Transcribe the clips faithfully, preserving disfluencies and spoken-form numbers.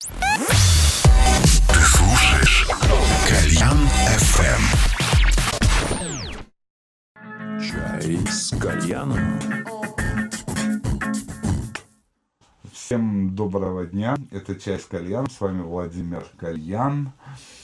Ты слушаешь Кальян эф эм. Чай с кальяном. Всем доброго дня. Это «Чай с кальяном». С вами Владимир Кальян.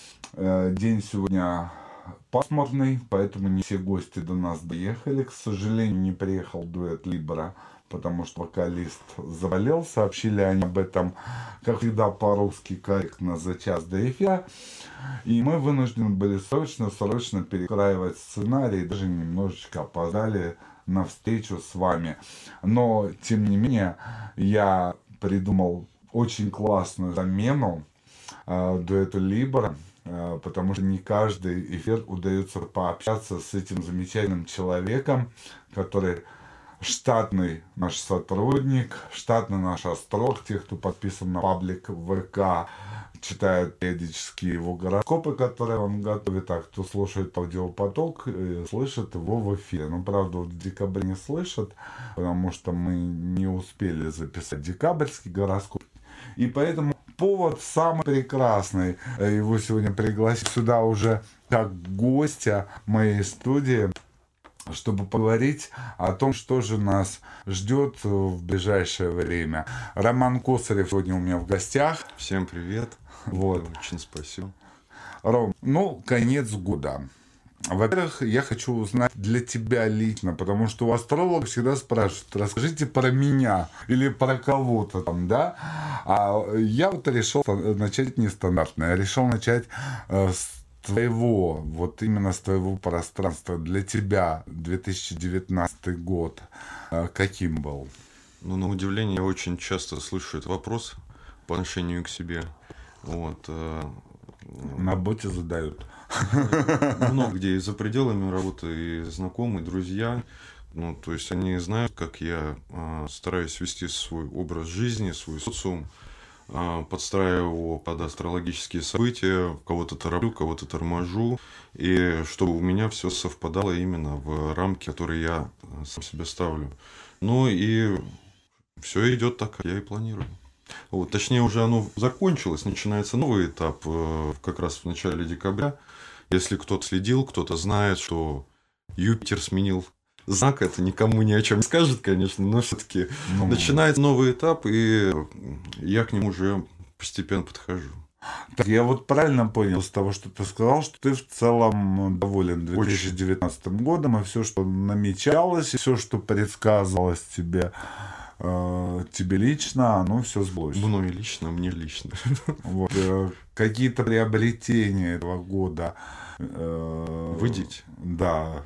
День сегодня пасмурный, поэтому не все гости до нас доехали. К сожалению, не приехал дуэт Либра, потому что вокалист заболел. Сообщили они об этом, как всегда, по-русски корректно за час до эфира. И мы вынуждены были срочно-срочно перекраивать сценарий, даже немножечко опоздали на встречу с вами. Но, тем не менее, я придумал очень классную замену э, дуэту Либра, э, потому что не каждый эфир удается пообщаться с этим замечательным человеком, который штатный наш сотрудник, штатный наш астролог, те, кто подписан на паблик ВК, читают периодически его гороскопы, которые он готовит, а кто слушает аудиопоток, слышит его в эфире. Ну, правда, в декабре не слышат, потому что мы не успели записать декабрьский гороскоп. И поэтому повод самый прекрасный. Его сегодня пригласить сюда уже как гостя моей студии, чтобы поговорить о том, что же нас ждет в ближайшее время. Роман Косарев сегодня у меня в гостях. Всем привет. Вот. Очень спасибо. Ром, ну, конец года. Во-первых, я хочу узнать для тебя лично, потому что у астролога всегда спрашивают: расскажите про меня или про кого-то там, да? А я вот решил начать нестандартно. Я решил начать э, с твоего, вот именно с твоего пространства. Для тебя две тысячи девятнадцатый год э, каким был? Ну, на удивление, я очень часто слышу этот вопрос по отношению к себе. Вот. Э, На боте задают. Много где и за пределами работы, и знакомые, друзья. Ну, то есть они знают, как я э, стараюсь вести свой образ жизни, свой социум, э, подстраиваю его под астрологические события, кого-то тороплю, кого-то торможу, и чтобы у меня все совпадало именно в рамки, которые я сам себе ставлю. Ну и все идет так, как я и планирую. Вот, точнее, уже оно закончилось, начинается новый этап э, как раз в начале декабря. Если кто-то следил, кто-то знает, что Юпитер сменил знак, это никому ни о чем не скажет, конечно, но все-таки ну, начинается новый этап, и я к нему уже постепенно подхожу. Так, я вот правильно понял с того, что ты сказал, что ты в целом доволен две тысячи девятнадцатым годом, и все, что намечалось, и все, что предсказывалось тебе, э, тебе лично, оно все сбылось. Мной лично, мне лично. Вот, э, какие-то приобретения этого года. Э, Выйдите? Да.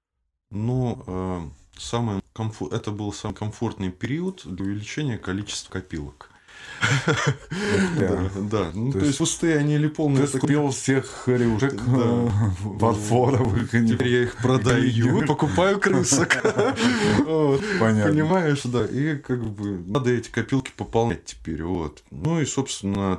Ну, э, самое комфор... это был самый комфортный период для увеличения количества копилок. Да, да. Ну, то есть пустые они или полные. Ты купил всех хрюшек фарфоровых. Теперь я их продаю, покупаю крысок. Понятно. Понимаешь, да. И как бы надо эти копилки пополнять теперь. Вот. Ну и, собственно,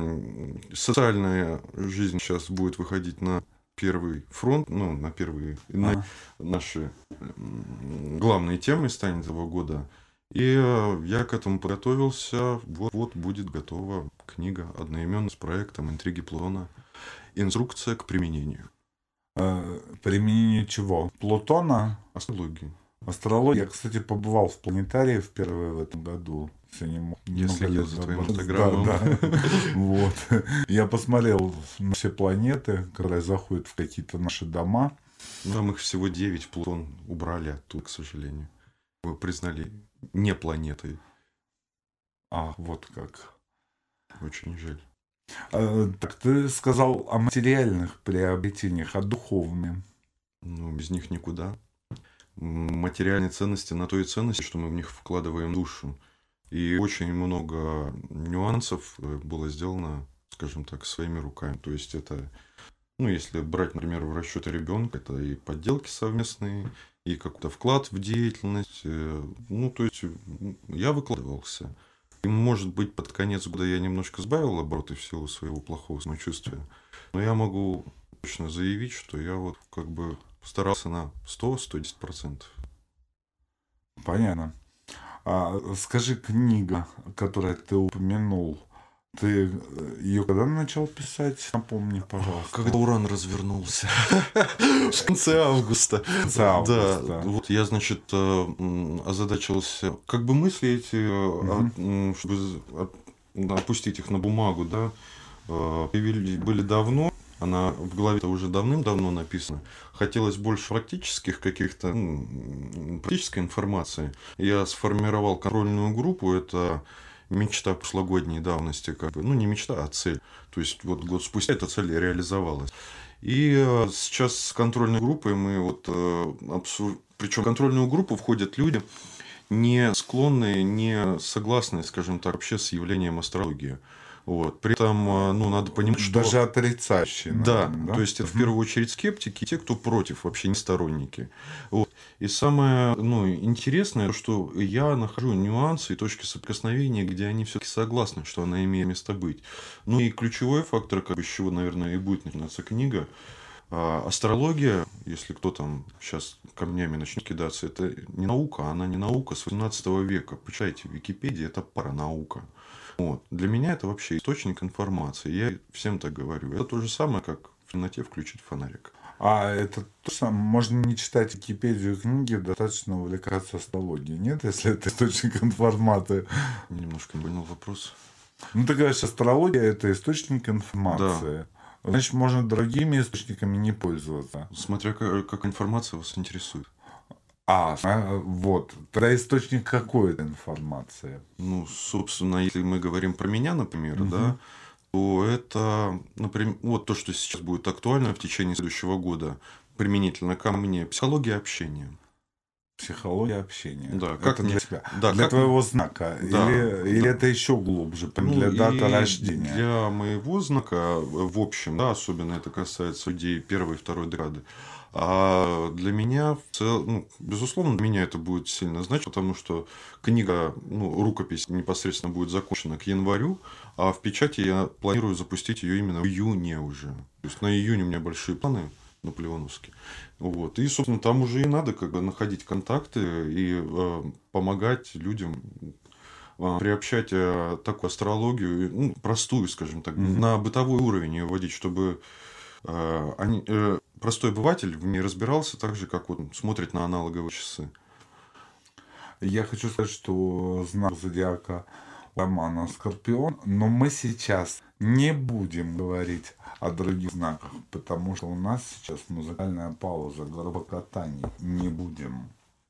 социальная жизнь сейчас будет выходить на первый фронт, ну, на первые на наши главные темы станет этого года. И я к этому подготовился. Вот-вот будет готова книга одноименная с проектом «Интриги Плутона. Инструкция к применению». Э, применению чего? Плутона? Астрологии. Астрология. Я, кстати, побывал в планетарии впервые в этом году. Я следил за твоим инстаграмом. Да, да. Вот. Я посмотрел на все планеты, которые заходят в какие-то наши дома. Там их всего девять. Плутон убрали оттуда, к сожалению. Вы признали не планетой. А, вот как. Очень жаль. А, так ты сказал о материальных приобретениях, о духовных. Ну, без них никуда. Материальные ценности на то и ценности, что мы в них вкладываем душу. И очень много нюансов было сделано, скажем так, своими руками. То есть это, ну, если брать, например, в расчеты ребенка, это и подделки совместные, и какой-то вклад в деятельность. Ну, то есть я выкладывался. И, может быть, под конец года я немножко сбавил обороты в силу своего плохого самочувствия. Но я могу точно заявить, что я вот как бы старался на сто - сто десять процентов. Понятно. А, скажи, книга, которую ты упомянул, Ты ее когда начал писать? Напомни, пожалуйста. Когда уран развернулся. В конце августа. В конце августа. Да. Вот я, значит, озадачился. Как бы мысли эти, чтобы опустить их на бумагу, да, были давно. Она в голове-то уже давным-давно написана. Хотелось больше практических каких-то, ну, практической информации. Я сформировал контрольную группу. Это мечта прошлогодней давности, как бы, ну не мечта, а цель. То есть вот год спустя эта цель реализовалась. И сейчас с контрольной группой мы вот обсуждаем. Причем в контрольную группу входят люди, не склонные, не согласные, скажем так, вообще с явлением астрологии. Вот. При этом, ну, надо понимать, что... Даже отрицающие. Да, наверное, да, то есть, это в первую очередь скептики, те, кто против, вообще не сторонники. Вот. И самое, ну, интересное, что я нахожу нюансы и точки соприкосновения, где они все-таки согласны, что она имеет место быть. Ну и ключевой фактор, как бы, с чего, наверное, и будет начинаться книга, астрология, если кто там сейчас камнями начнет кидаться, это не наука, она не наука с восемнадцатого века. Почитайте, в Википедии это паранаука. Вот. Для меня это вообще источник информации. Я всем так говорю. Это то же самое, как в темноте включить фонарик. А это то самое, можно не читать Википедию книги, достаточно увлекаться астрологией, нет, если это источник информации? Немножко не понял вопрос. Ну, ты говоришь, астрология – это источник информации. Да. Значит, можно другими источниками не пользоваться. Смотря как, как информация вас интересует. А, вот. Тогда источник какой-то информации? Ну, собственно, если мы говорим про меня, например, угу. да, то это, например, вот то, что сейчас будет актуально в течение следующего года, применительно ко мне, психология общения. Психология общения. Да, как это мне... для тебя. Да, для как... твоего знака. Да. Или, или это еще глубже, ну, для даты рождения. Для моего знака, в общем, да, особенно это касается людей первой и второй декады. А для меня, в цел... ну, безусловно, для меня это будет сильно значить, потому что книга, ну, рукопись непосредственно будет закончена к январю, а в печати я планирую запустить ее именно в июне уже. То есть на июне у меня большие планы наполеоновские. Вот. И, собственно, там уже и надо как бы находить контакты и э, помогать людям э, приобщать э, такую астрологию, ну, простую, скажем так, mm-hmm. на бытовой уровень ее вводить, чтобы э, они, э, простой обыватель в ней разбирался так же, как он смотрит на аналоговые часы. Я хочу сказать, что знак зодиака Романа Скорпион, но мы сейчас не будем говорить о других знаках, потому что у нас сейчас музыкальная пауза, гробокатаний. Не будем.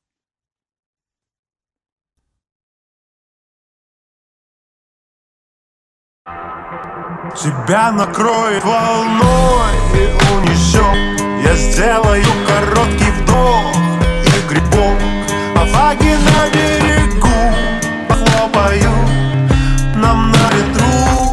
Тебя накроет волной и унесет. Я сделаю короткий вдох и грибок, а флаги на берегу похлопаю нам на ветру.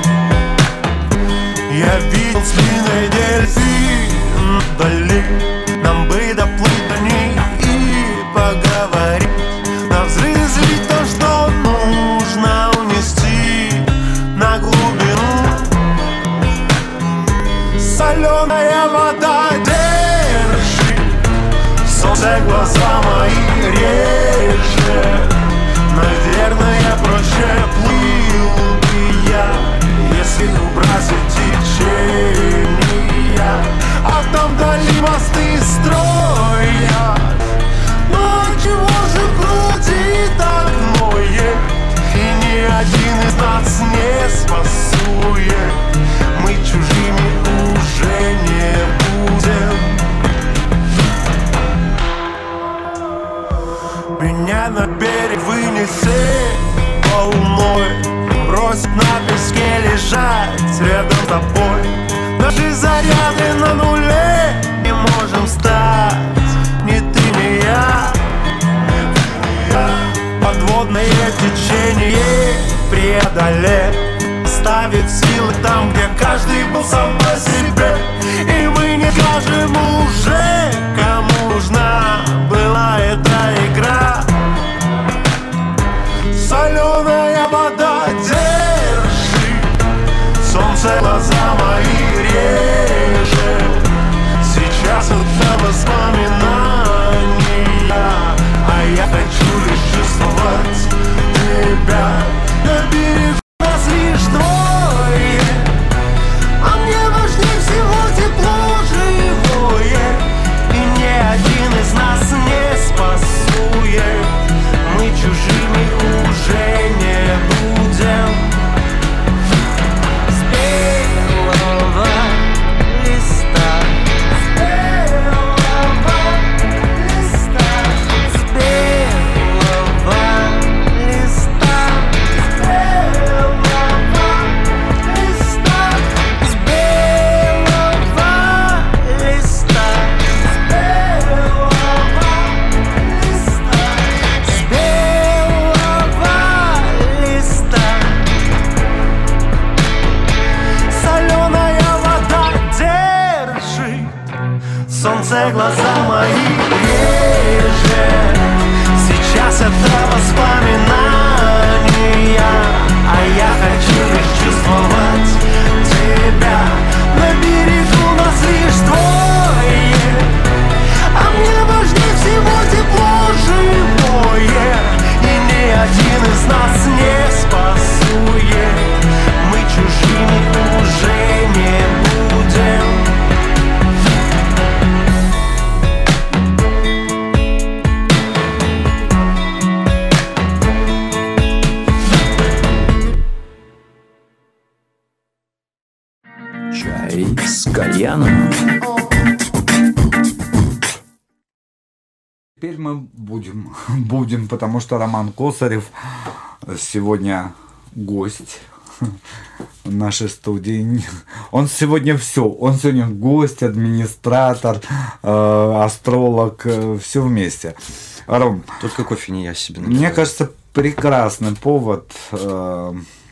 Я видел спиной дельфин вдали. Нам бы доплыть до них и поговорить, на взрыв то, что нужно унести на глубину. Соленая вода держи, солнце глаза мои режет. Наверное, проще плыл бы я, если убрать течения, а там вдали мосты строя. Но чего же в груди так ноет, и ни один из нас не спасует. Мы чужими уже не будем. Меня на берег вынесет волной, бросит на песке лежать рядом с тобой. Наши заряды на нуле, не можем стать ни ты, ни я. Подводное течение преодолеть, ставит силы там, где каждый был сам по себе. И мы не скажем уже, кому нужна была эта игра. Соленая вода держи, солнце глаза мои режет. Сейчас это воспоминания, а я хочу лишь чувствовать тебя. На берегу нас лишь двое. сердце, глаза мои реже. Сейчас это воспоминания, а я хочу лишь чувствовать тебя. На берегу нас лишь двое, а мне важнее всего тепло живое. И ни один из нас не спасует, мы чужими уже не будем. Чай с кальяном. Теперь мы будем, будем, потому что Роман Косарев сегодня гость в нашей студии. Он сегодня все. Он сегодня гость, администратор, э, астролог, э, все вместе. Ром, только кофе не я себе наливаю. Мне кажется, прекрасный повод, э,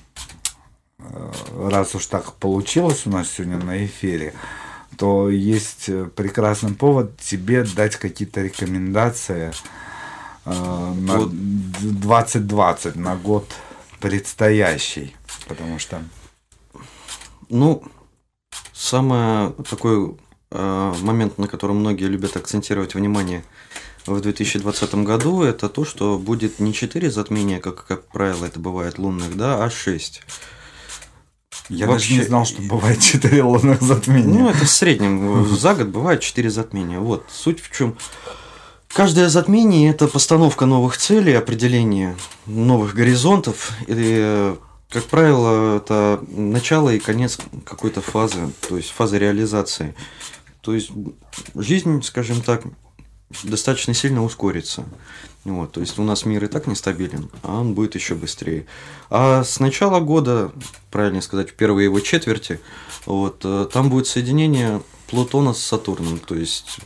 раз уж так получилось у нас сегодня на эфире, то есть прекрасный повод тебе дать какие-то рекомендации э, на вот. двадцать двадцать, на год предстоящий, потому что... Ну, самый такой э, момент, на котором многие любят акцентировать внимание в две тысячи двадцатом году, это то, что будет не четыре затмения, как, как правило это бывает лунных, да, а шесть. Я Вообще... даже не знал, что бывает четыре лунных затмения. Ну, это в среднем. За год бывает четыре затмения. Вот. Суть в чем. Каждое затмение – это постановка новых целей, определение новых горизонтов. И, как правило, это начало и конец какой-то фазы, то есть фазы реализации. То есть жизнь, скажем так, достаточно сильно ускорится. Вот, то есть у нас мир и так нестабилен, а он будет еще быстрее. А с начала года, правильнее сказать, в первой его четверти, вот, там будет соединение Плутона с Сатурном, то есть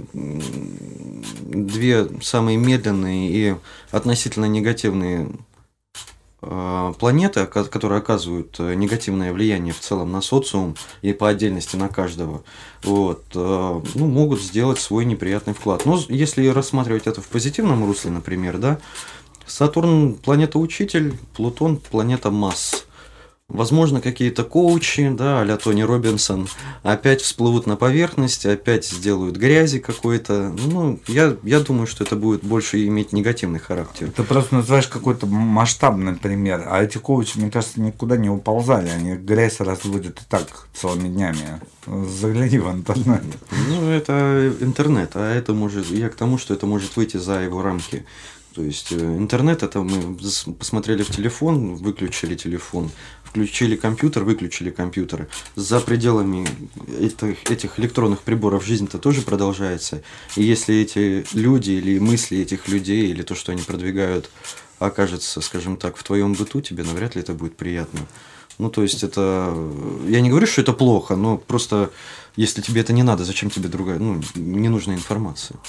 две самые медленные и относительно негативные планеты, которые оказывают негативное влияние в целом на социум и по отдельности на каждого, вот, ну, могут сделать свой неприятный вклад. Но если рассматривать это в позитивном русле, например, да, Сатурн – планета-учитель, Плутон – планета масс. Возможно, какие-то коучи, да, а-ля Тони Робинсон, опять всплывут на поверхность, опять сделают грязи какой-то. Ну, я, я думаю, что это будет больше иметь негативный характер. Ты просто называешь какой-то масштабный пример, а эти коучи, мне кажется, никуда не уползали, они грязь разводят и так целыми днями. Загляни в интернет. Ну, это интернет, а это может, я к тому, что это может выйти за его рамки. То есть интернет — это мы посмотрели в телефон, выключили телефон, включили компьютер, выключили компьютер. За пределами этих, этих электронных приборов жизнь-то тоже продолжается. И если эти люди или мысли этих людей, или то, что они продвигают, окажется, скажем так, в твоем быту, тебе навряд ли это будет приятно. Ну, то есть это... Я не говорю, что это плохо, но просто если тебе это не надо, зачем тебе другая, ну, ненужная информация?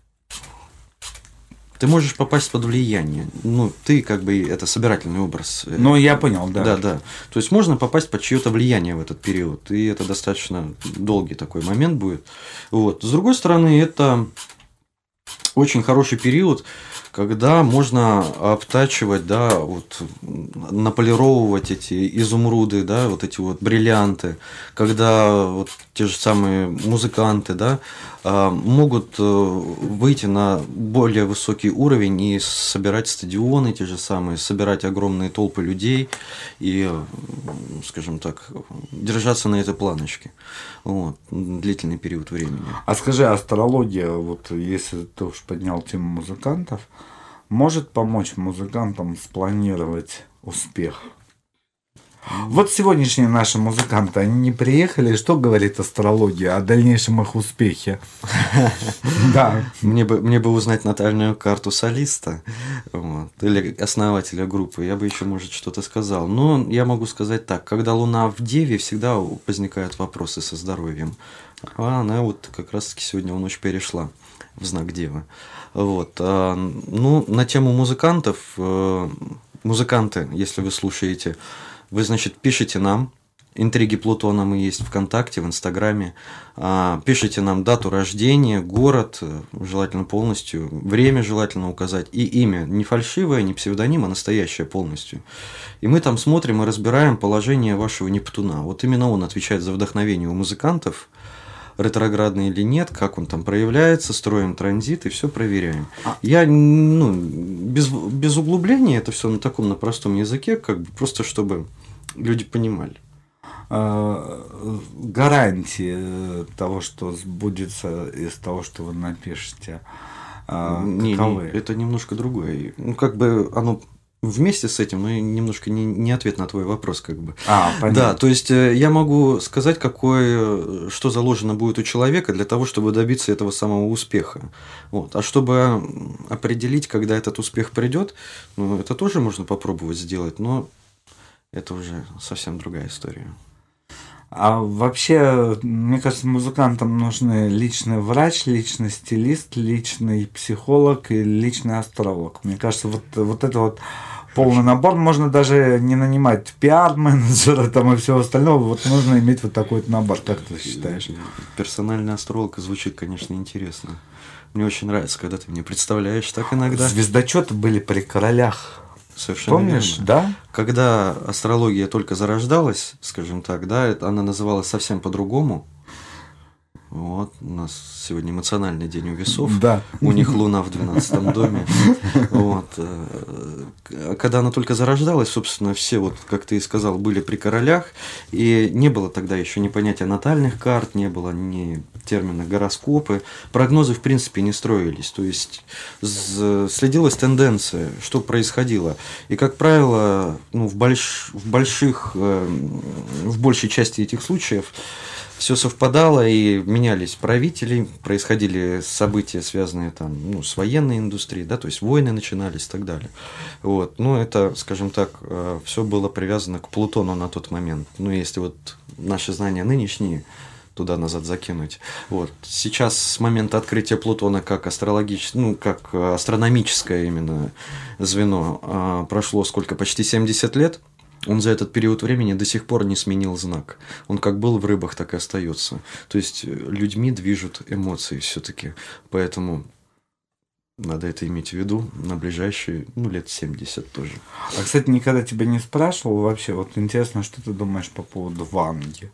Ты можешь попасть под влияние. Ну, ты как бы это собирательный образ. Ну, я понял, да. Да, да. То есть можно попасть под чье-то влияние в этот период. И это достаточно долгий такой момент будет. Вот. С другой стороны, это очень хороший период, когда можно обтачивать, да, вот, наполировывать эти изумруды, да, вот эти вот бриллианты, когда вот те же самые музыканты, да, могут выйти на более высокий уровень и собирать стадионы те же самые, собирать огромные толпы людей и, скажем так, держаться на этой планочке. Вот, длительный период времени. А скажи, астрология, вот если ты уж поднял тему музыкантов, может помочь музыкантам спланировать успех? Вот сегодняшние наши музыканты, они не приехали, что говорит астрология о дальнейшем их успехе? Да. Мне бы, мне бы узнать натальную карту солиста, вот, или основателя группы, я бы еще, может, что-то сказал. Но я могу сказать так, когда Луна в Деве, всегда возникают вопросы со здоровьем. А она вот как раз-таки сегодня в ночь перешла в знак Девы. Вот. Ну, на тему музыкантов, музыканты, если вы слушаете, вы, значит, пишите нам, Интриги Плутона мы есть ВКонтакте, в Инстаграме. Пишите нам дату рождения, город, желательно полностью, время желательно указать, и имя. Не фальшивое, не псевдоним, а настоящее полностью. И мы там смотрим и разбираем положение вашего Нептуна. Вот именно он отвечает за вдохновение у музыкантов, ретроградный или нет, как он там проявляется, строим транзит и все проверяем. Я, ну, без, без углубления, это все на таком, на простом языке, как бы просто чтобы люди понимали. Гарантии того, что сбудется из того, что вы напишете, не, каковы? Не, это немножко другое. Ну, как бы оно вместе с этим, но немножко не, не ответ на твой вопрос, как бы. А, понятно. Да, то есть я могу сказать, какое, что заложено будет у человека для того, чтобы добиться этого самого успеха. Вот. А чтобы определить, когда этот успех придет, ну, это тоже можно попробовать сделать, но это уже совсем другая история. А вообще, мне кажется, музыкантам нужны личный врач, личный стилист, личный психолог и личный астролог. Мне кажется, вот, вот это вот полный набор. Можно даже не нанимать пиар-менеджера там и всего остального. Вот нужно иметь вот такой вот набор. Как ты считаешь? Персональный астролог звучит, конечно, интересно. Мне очень нравится, когда ты мне представляешь так иногда. Звездочеты были при королях. Совершенно Помнишь, верно. да? Когда астрология только зарождалась, скажем так, да, она называлась совсем по-другому. Вот, у нас сегодня эмоциональный день у весов. Да. У них Луна в двенадцатом доме. Вот. Когда она только зарождалась, собственно, все, вот, как ты и сказал, были при королях, и не было тогда еще ни понятия натальных карт, не было ни термина гороскопы, прогнозы, в принципе, не строились. То есть следилась тенденция, что происходило. И, как правило, ну, в, больш... в больших, в большей части этих случаев все совпадало, и менялись правители, происходили события, связанные там, ну, с военной индустрией, да, то есть войны начинались и так далее. Вот. Но это, скажем так, все было привязано к Плутону на тот момент. Ну, если вот наши знания нынешние туда-назад закинуть. Вот. Сейчас с момента открытия Плутона как астрологическое, ну, как астрономическое именно звено прошло сколько? Почти семьдесят лет. Он за этот период времени до сих пор не сменил знак. Он как был в рыбах, так и остается. То есть людьми движут эмоции все-таки. Поэтому надо это иметь в виду на ближайшие, ну, лет семьдесят тоже. А, кстати, никогда тебя не спрашивал вообще. Вот интересно, что ты думаешь по поводу Ванги?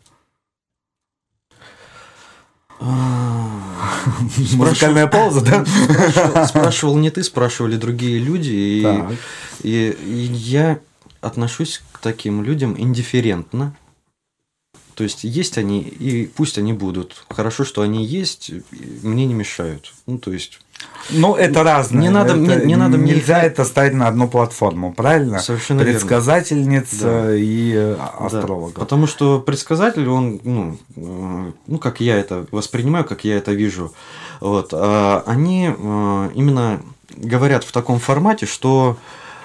Музыкальная пауза, да? Спрашивал, спрашивал не ты, спрашивали другие люди. И, и, и я отношусь к таким людям индифферентно. То есть есть они, и пусть они будут. Хорошо, что они есть, мне не мешают. Ну, то есть. Ну, это разное. Не надо, это, не, не надо нельзя мне... это ставить на одну платформу, правильно? Совершенно Предсказательница верно. и астролога. Да, потому что предсказатель, он, ну, ну, как я это воспринимаю, как я это вижу, вот, они именно говорят в таком формате, что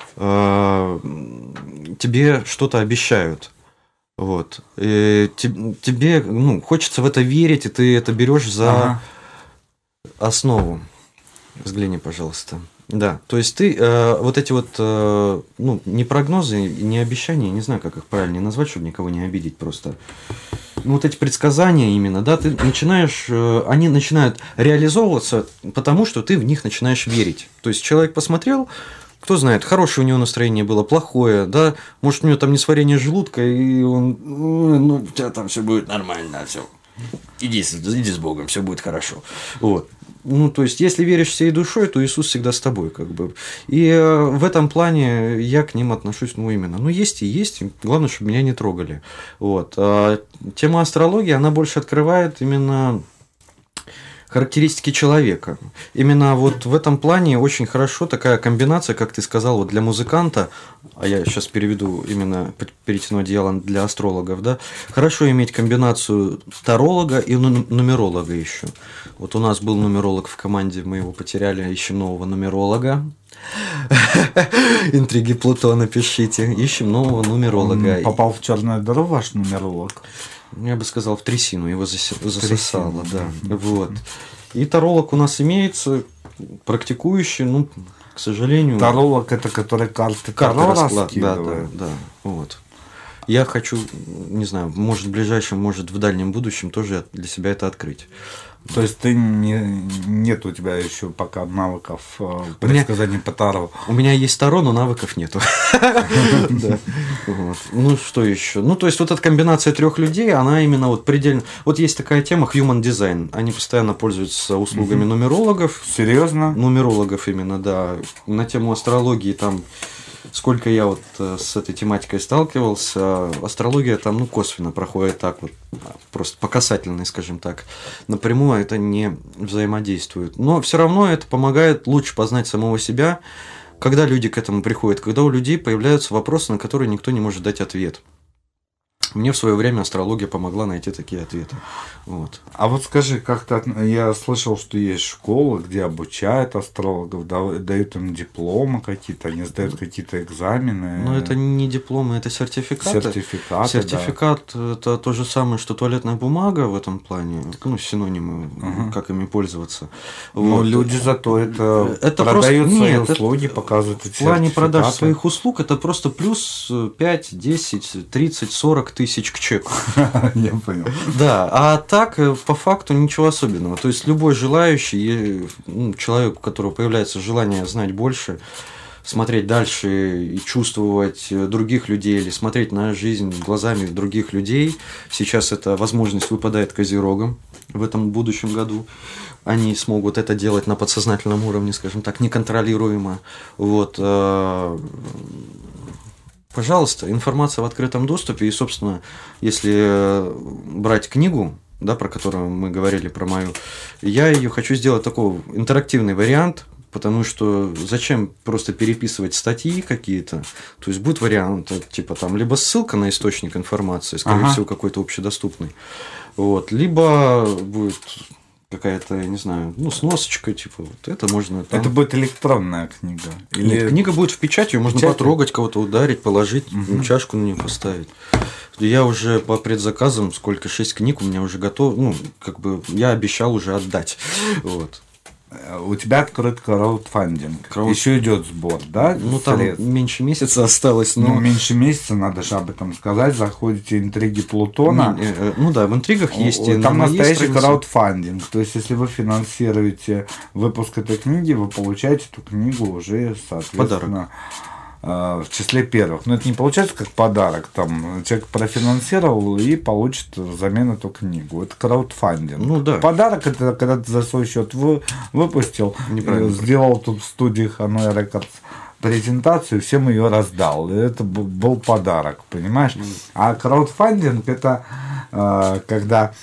тебе что-то обещают. Вот. И тебе, ну, хочется в это верить, и ты это берешь за ага. основу. Взгляни, пожалуйста. Да, то есть ты э, вот эти вот, э, ну, не прогнозы, не обещания, не знаю, как их правильно назвать, чтобы никого не обидеть просто. Ну, вот эти предсказания именно, да, ты начинаешь, э, они начинают реализовываться, потому что ты в них начинаешь верить. То есть человек посмотрел, кто знает, хорошее у него настроение было, плохое, да, может, у него там несварение желудка, и он, ну, у тебя там все будет нормально, все, иди, иди с Богом, все будет хорошо. Вот. Ну, то есть, если веришь всей душой, то Иисус всегда с тобой, как бы. И э, в этом плане я к ним отношусь, ну, именно. Ну, есть и есть, главное, чтобы меня не трогали. Вот. А тема астрологии, она больше открывает именно характеристики человека. Именно вот в этом плане очень хорошо такая комбинация, как ты сказал, вот для музыканта, а я сейчас переведу именно перетяну одеяло для астрологов, да, хорошо иметь комбинацию таролога и нумеролога еще. Вот у нас был нумеролог в команде, мы его потеряли, ищем нового нумеролога. Интриги Плутона пишите, ищем нового нумеролога. Он попал в черную дыру ваш нумеролог? Я бы сказал, в трясину, его засосало, да. Вот. И таролог у нас имеется, практикующий, ну, к сожалению. Таролог это который карты карты Таро расклад, раскидывает. Да, да, да. Вот. Я хочу, не знаю, может в ближайшем, может в дальнем будущем тоже для себя это открыть. То есть ты не, нет у тебя еще пока навыков предсказаний по Таро? У меня есть Таро, но навыков нету. Ну что еще? Ну то есть вот эта комбинация трех людей, она именно вот предельно. Вот есть такая тема human design. Они постоянно пользуются услугами нумерологов. Серьезно? Нумерологов именно, да. На тему астрологии там. Сколько я вот с этой тематикой сталкивался, астрология там, ну, косвенно проходит так вот, просто по касательной, скажем так. Напрямую это не взаимодействует. Но все равно это помогает лучше познать самого себя, когда люди к этому приходят, когда у людей появляются вопросы, на которые никто не может дать ответ. Мне в свое время астрология помогла найти такие ответы. Вот. А вот скажи, как-то я слышал, что есть школы, где обучают астрологов, дают им дипломы какие-то, они сдают какие-то экзамены. Но это не дипломы, это сертификаты. Сертификаты, Сертификат да. Это то же самое, что туалетная бумага в этом плане, ну, синонимы, угу. как ими пользоваться. Но вот. Люди зато это, это продают просто... свои Нет, услуги, это... показывают эти В плане продаж своих услуг это просто плюс пять, десять, тридцать, сорок тысяч. тысяч к чеку. Я понял. Да, а так, по факту, ничего особенного. То есть, любой желающий, ну, человек, у которого появляется желание знать больше, смотреть дальше и чувствовать других людей, или смотреть на жизнь глазами других людей, сейчас эта возможность выпадает козерогам в этом будущем году. Они смогут это делать на подсознательном уровне, скажем так, неконтролируемо. Вот. Пожалуйста, информация в открытом доступе. И, собственно, если брать книгу, да, про которую мы говорили, про мою, я ее хочу сделать такой интерактивный вариант, потому что зачем просто переписывать статьи какие-то? То есть будет вариант, типа там либо ссылка на источник информации, скорее ага. всего, какой-то общедоступный, вот, либо будет какая-то, я не знаю, ну, сносочка, типа, вот это можно... Там... Это будет электронная книга? Или... Нет, книга будет в печати, ее можно печать? Потрогать, кого-то ударить, положить, угу. чашку на нее поставить. Я уже по предзаказам, сколько, шесть книг у меня уже готов, ну, как бы, я обещал уже отдать, вот. У тебя открыт краудфандинг. Крауд... Еще идет сбор, да? Ну, там средств? Меньше месяца осталось. Но... Ну, меньше месяца, надо же об этом сказать. Заходите в интриги Плутона. Не, э, ну да, в интригах есть. Там на настоящий краудфандинг. То есть, если вы финансируете выпуск этой книги, вы получаете эту книгу уже, соответственно. Подарок. В числе первых. Но это не получается как подарок. Там человек профинансировал и получит взамен эту книгу. Это краудфандинг. Ну, да. Подарок это когда ты за свой счет вы, выпустил, сделал тут в студии Hanoi Records презентацию, всем ее раздал. И это был подарок, понимаешь? Mm. А краудфандинг это э, когда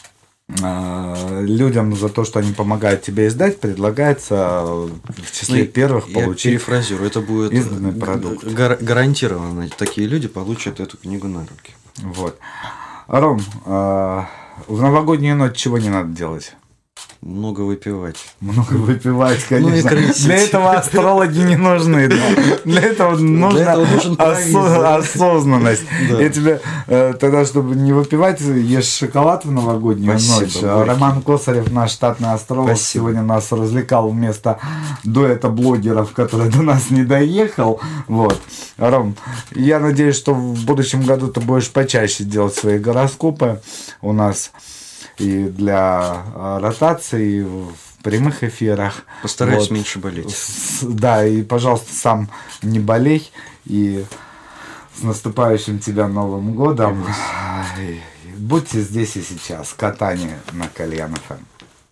людям за то, что они помогают тебе издать, предлагается в числе ну, первых я получить. Я перефразирую, это будет изданный продукт. Гар- гарантированно такие люди получат эту книгу на руки. Вот. Ром, э, в новогоднюю ночь чего не надо делать? Много выпивать. Много выпивать, конечно. Ну, для этого астрологи не нужны. Да. Для этого нужна осо- осознанность. Да. Я тебе э, тогда, чтобы не выпивать, ешь шоколад в новогоднюю Спасибо, ночь. Горький. Роман Косарев, наш штатный астролог, Спасибо. Сегодня нас развлекал вместо дуэта блогеров, который до нас не доехал. Вот. Ром, я надеюсь, что в будущем году ты будешь почаще делать свои гороскопы у нас. И для ротации в прямых эфирах. Постараюсь вот. Меньше болеть. Да, и, пожалуйста, сам не болей. И с наступающим тебя Новым годом. Будьте здесь и сейчас. Катание на Кальян эф эм.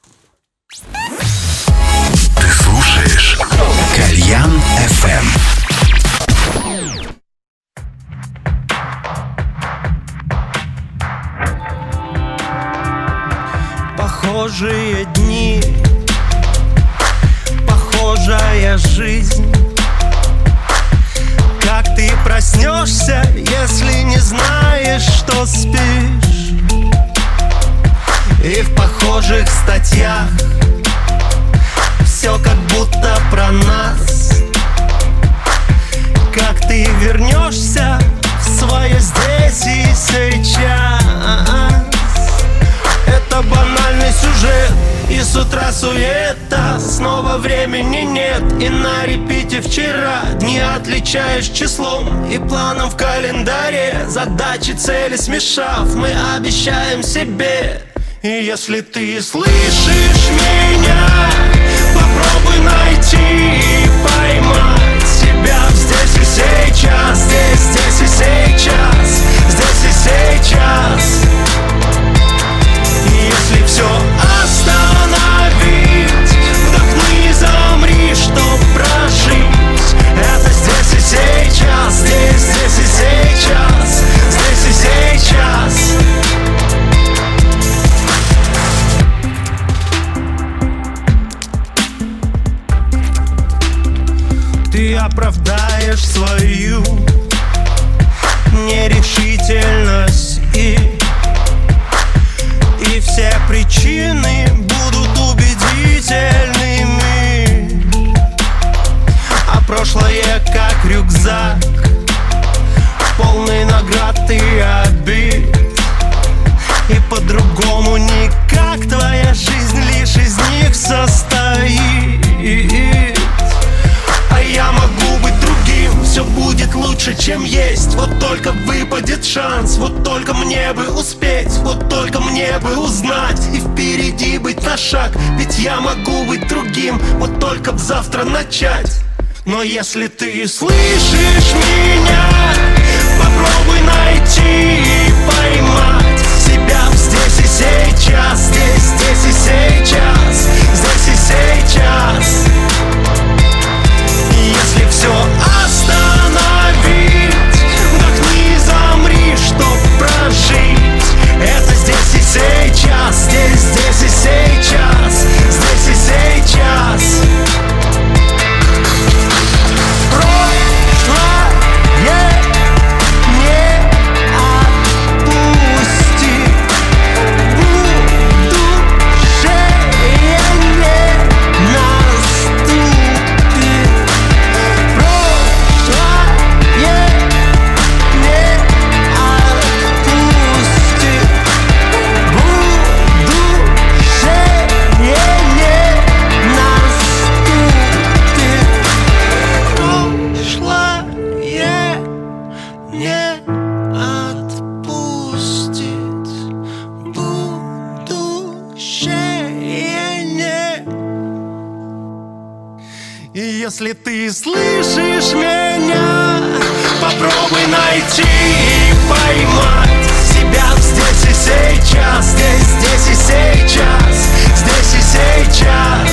Ты слушаешь Кальян эф эм. Похожие дни, похожая жизнь. Как ты проснешься, если не знаешь, что спишь? И в похожих статьях все как будто про нас. Как ты вернешься в свое здесь и сейчас? Это банальный сюжет из с утра суета, снова времени нет. И на репите вчера дни отличаешь числом и планом в календаре. Задачи, цели смешав, мы обещаем себе. И если ты слышишь меня, попробуй найти и поймать себя здесь и сейчас. Здесь, здесь и сейчас. Здесь и сейчас. И если все остановить, вдохни и замри, чтоб прожить. Это здесь и сейчас. Здесь, здесь и сейчас. Здесь и сейчас. Ты оправдаешь свою нерешительность и, и все причины будут убедительными. А прошлое как рюкзак, полный наград и обид. И по-другому никак твоя жизнь лишь из них состоит. А я могу быть другим, все будет лучше, чем есть. Вот только выпадет шанс, вот только мне бы успеть, вот только мне бы узнать и впереди быть на шаг. Ведь я могу быть другим, вот только б завтра начать. Но если ты слышишь меня, попробуй найти и поймать себя здесь и сейчас. Здесь, здесь и сейчас. Здесь и сейчас. Если все остановить, вдохни и замри, чтоб прожить. Это здесь и сейчас. Здесь, здесь и сейчас. Здесь и сейчас. Прошлое не отпусти. Будущее не наступит. Прошлое не отпусти. Будущее не наступит. Прошлое не отпустит. Будущее не. И если ты слышишь меня, попробуй найти и поймать себя здесь и сейчас. Здесь, здесь и сейчас. Здесь и сейчас.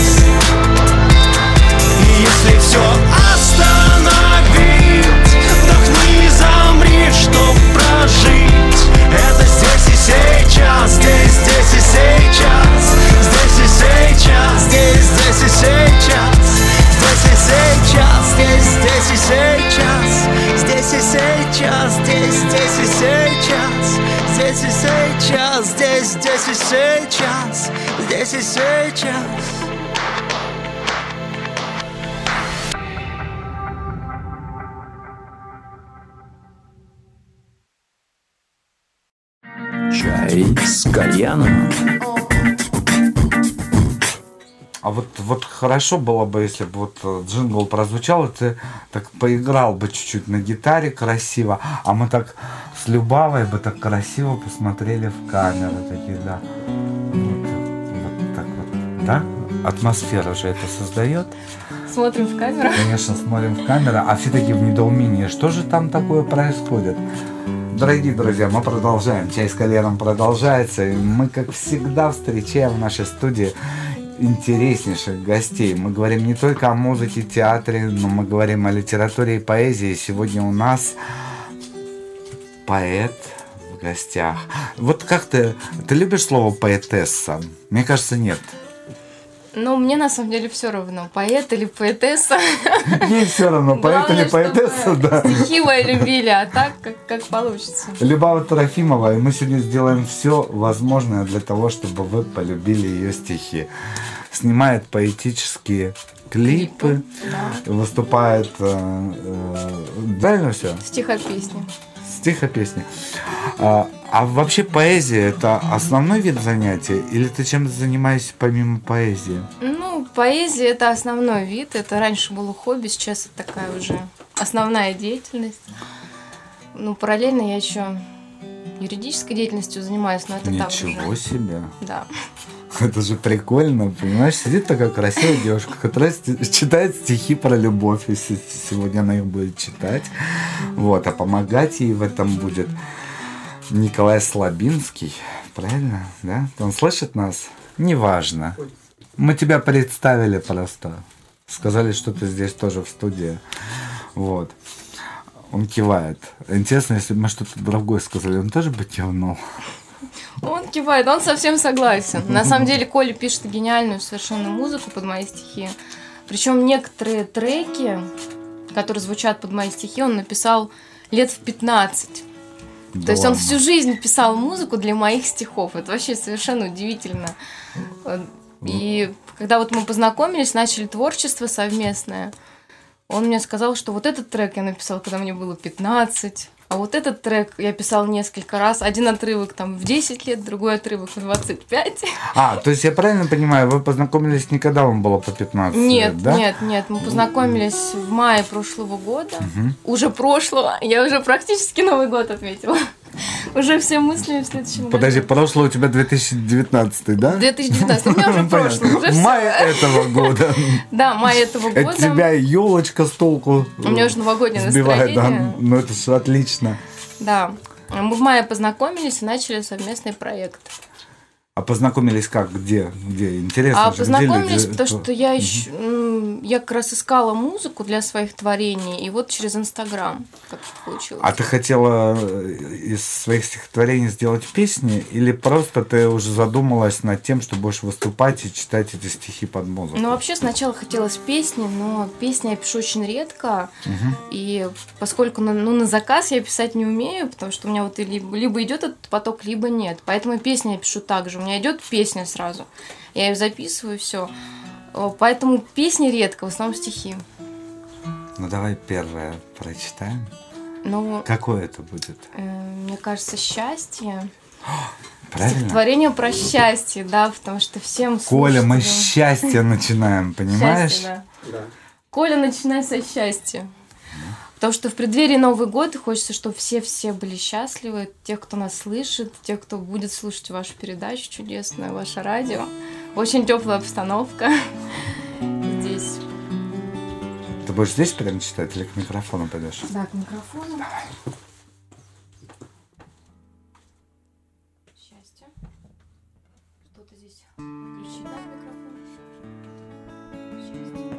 И если все остановить, вдохни и замри, чтоб прожить. Это здесь и сейчас. Здесь, здесь и сейчас. Здесь и сейчас. Здесь, здесь и сейчас. Здесь и сейчас. Здесь, здесь и сейчас. Здесь и сейчас. Здесь, здесь и сейчас. Здесь и сейчас. Здесь, здесь и сейчас. Здесь и сейчас. Чай с кальяном. А вот, вот хорошо было бы, если бы вот джингл прозвучал, и ты так поиграл бы чуть-чуть на гитаре красиво, а мы так с Любавой бы так красиво посмотрели в камеру, такие, да. Вот, вот так вот, да? Атмосфера же это создает. Смотрим в камеру. Конечно, смотрим в камеру, а все такие в недоумении, что же там такое происходит. Дорогие друзья, мы продолжаем. Чай с кальяном продолжается. И мы, как всегда, встречаем в нашей студии интереснейших гостей. Мы говорим не только о музыке, театре, но мы говорим о литературе и поэзии. Сегодня у нас поэт в гостях. Вот как ты... Ты любишь слово поэтесса? Мне кажется, нет. Ну, мне на самом деле все равно, поэт или поэтесса. Мне все равно, поэт или поэтесса, да. Стихи мои любили, а так, как, как получится. Любава Трофимова, и мы сегодня сделаем все возможное для того, чтобы вы полюбили ее стихи. Снимает поэтические клипы, да. Выступает, э, э, правильно все? Стихопесни. Стих, а песня. А, а вообще поэзия – это основной вид занятия? Или ты чем-то занимаешься помимо поэзии? Ну, поэзия – это основной вид. Это раньше было хобби, сейчас это такая уже основная деятельность. Ну, параллельно я еще юридической деятельностью занимаюсь, но это так уже. Ничего себе! Да. Это же прикольно, понимаешь? Сидит такая красивая девушка, которая сти- читает стихи про любовь, если сегодня она их будет читать. Вот, а помогать ей в этом будет Николай Слабинский. Правильно, да? Он слышит нас? Неважно. Мы тебя представили просто. Сказали, что ты здесь тоже в студии. Вот. Он кивает. Интересно, если бы мы что-то другое сказали, он тоже бы кивнул. Он кивает, он совсем согласен. На самом деле Коля пишет гениальную совершенно музыку под мои стихи. Причем некоторые треки, которые звучат под мои стихи, он написал лет в пятнадцать. Да То есть он ладно. всю жизнь писал музыку для моих стихов. Это вообще совершенно удивительно. И когда вот мы познакомились, начали творчество совместное, он мне сказал, что вот этот трек я написал, когда мне было пятнадцать. А вот этот трек я писал несколько раз. Один отрывок там в десять лет, другой отрывок в двадцать пять. А, то есть я правильно понимаю, вы познакомились не когда вам было по пятнадцать Нет, лет, да? нет, нет. Мы познакомились в мае прошлого года. Уже прошлого. Я уже практически Новый год отметила. Уже все мысли в следующем году. Подожди, прошлое у тебя две тысячи девятнадцатый, да? две тысячи девятнадцатый. У меня уже Понятно. прошлое. Уже В всё. мае этого года. Да, май этого Это года. тебя елочка с толку У меня уже новогоднее сбивает, да? настроение. Ну это же отлично. Да. Мы в мае познакомились и начали совместный проект. А познакомились как? Где? Где? Интересно А же, познакомились, где люди- потому что я еще, м, я как раз искала музыку для своих творений, и вот через Инстаграм как получилось. А ты хотела из своих стихотворений сделать песни, или просто ты уже задумалась над тем, что будешь выступать и читать эти стихи под музыку? Ну, вообще, сначала хотелось песни, но песни я пишу очень редко, и поскольку на, ну, на заказ я писать не умею, потому что у меня вот и либо, либо идет этот поток, либо нет, поэтому песни я пишу так же. У меня идет песня сразу, я ее записываю, все. Поэтому песни редко, в основном стихи. Ну давай первое прочитаем. Ну, Какое это будет? э, мне кажется, счастье. Правильно? Стихотворение про счастье, да, потому что всем Коля, мы с слушателям- счастья начинаем, понимаешь? Счастье, да. Коля, начинай со счастья. Потому что в преддверии Новый год хочется, чтобы все-все были счастливы. Тех, кто нас слышит, тех, кто будет слушать вашу передачу чудесную, ваше радио. Очень теплая обстановка здесь. Ты будешь здесь прямо читать или к микрофону пойдешь? Да, к микрофону. Счастье. Что-то здесь включи, да, микрофон? Счастье.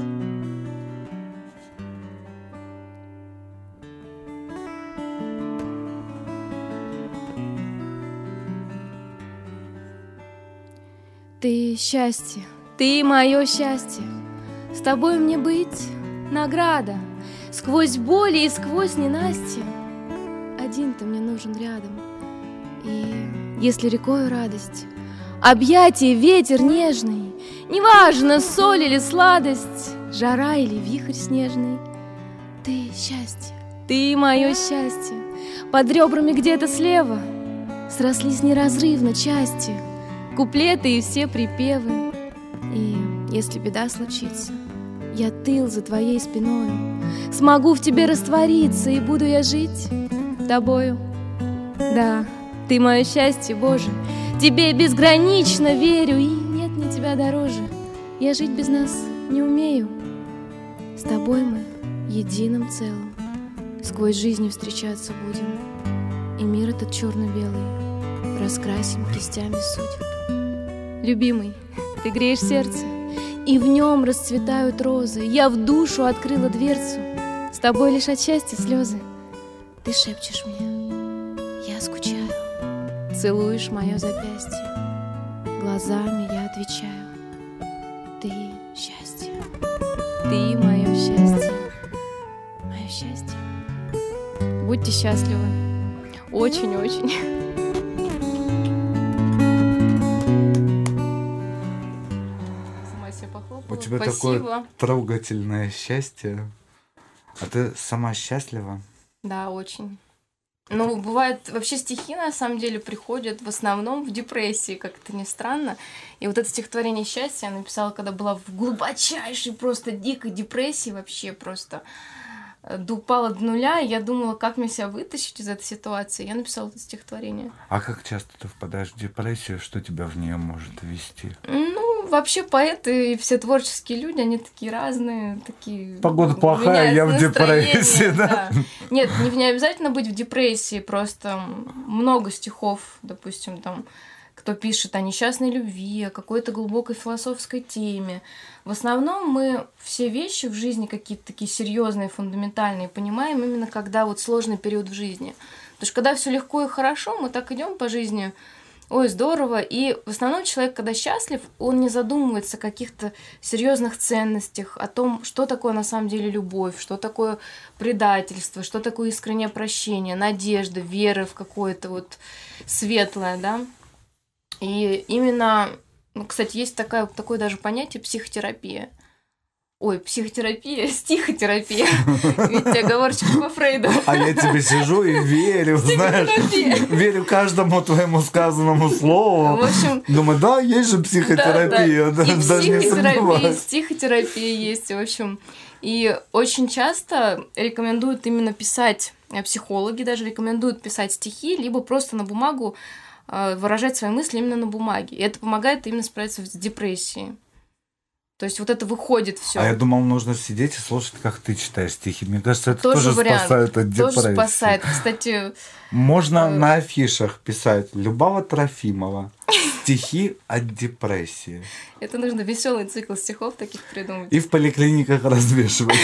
Ты счастье, ты мое счастье, с тобой мне быть награда. Сквозь боли и сквозь ненастье один ты мне нужен рядом. И если рекою радость, объятие, ветер нежный, неважно, соль или сладость, жара или вихрь снежный, ты счастье, ты мое счастье, под ребрами где-то слева срослись неразрывно части, куплеты и все припевы. И если беда случится, я тыл за твоей спиною, смогу в тебе раствориться, и буду я жить тобою. Да, ты мое счастье, Боже, тебе безгранично верю, и нет мне тебя дороже. Я жить без нас не умею. С тобой мы единым целым сквозь жизнь встречаться будем, и мир этот черно-белый раскрасим кистями судеб. Любимый, ты греешь сердце, и в нем расцветают розы. Я в душу открыла дверцу, с тобой лишь от счастья слезы. Ты шепчешь мне, я скучаю, целуешь мое запястье, глазами я отвечаю, ты счастье, ты мое счастье, мое счастье. Будьте счастливы, очень-очень. У тебя Спасибо. такое трогательное счастье. А ты сама счастлива? Да, очень. Ну, бывает, вообще стихи, на самом деле, приходят в основном в депрессии, как это ни странно. И вот это стихотворение «Счастье» я написала, когда была в глубочайшей, просто дикой депрессии, вообще просто упала до нуля, и я думала, как мне себя вытащить из этой ситуации. Я написала это стихотворение. А как часто ты впадаешь в депрессию? Что тебя в нее может ввести? Ну, вообще поэты и все творческие люди, они такие разные, такие... Погода плохая, я в депрессии, да? да? Нет, не, не обязательно быть в депрессии, просто много стихов, допустим, там, кто пишет о несчастной любви, о какой-то глубокой философской теме. В основном мы все вещи в жизни какие-то такие серьезные, фундаментальные понимаем именно когда вот сложный период в жизни. Потому что когда все легко и хорошо, мы так идем по жизни, ой, здорово. И в основном человек, когда счастлив, он не задумывается о каких-то серьезных ценностях, о том, что такое на самом деле любовь, что такое предательство, что такое искреннее прощение, надежда, вера в какое-то вот светлое, да. И именно, ну, кстати, есть такая, такое даже понятие психотерапия. Ой, психотерапия, стихотерапия. Видите, оговорочка по Фрейду. А я тебе сижу и верю, знаешь, верю каждому твоему сказанному слову. В общем, думаю, да, есть же психотерапия. Да, да. И даже не психотерапия, и сомневаюсь. стихотерапия есть, в общем. И очень часто рекомендуют именно писать, психологи даже рекомендуют писать стихи, либо просто на бумагу выражать свои мысли именно на бумаге. И это помогает именно справиться с депрессией. То есть вот это выходит все. А я думал, нужно сидеть и слушать, как ты читаешь стихи. Мне кажется, это тоже, тоже вариант. спасает от депрессии. Тоже спасает. Кстати... Можно э... на афишах писать Любава Трофимова. Стихи от депрессии. Это нужно веселый цикл стихов таких придумать. И в поликлиниках развешивать.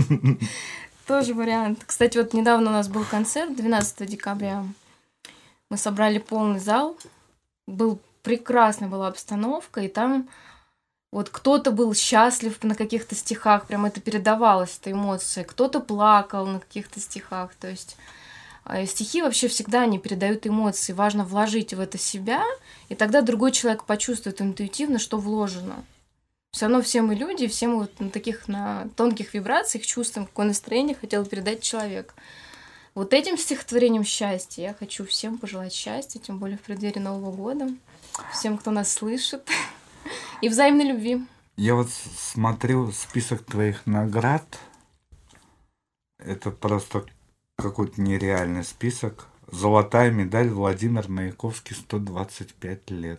Тоже вариант. Кстати, вот недавно у нас был концерт двенадцатого декабря. Мы собрали полный зал. Был прекрасная была обстановка, и там вот кто-то был счастлив на каких-то стихах, прям это передавалось, эта эмоция. Кто-то плакал на каких-то стихах. То есть стихи вообще всегда не передают эмоции. Важно вложить в это себя, и тогда другой человек почувствует интуитивно, что вложено. Все равно все мы люди, все мы вот на таких на тонких вибрациях чувствуем, какое настроение хотел передать человек. Вот этим стихотворением счастья я хочу всем пожелать счастья, тем более в преддверии Нового года, всем, кто нас слышит, и взаимной любви. Я вот смотрю список твоих наград, это просто какой-то нереальный список. Золотая медаль Владимир Маяковский, сто двадцать пять лет.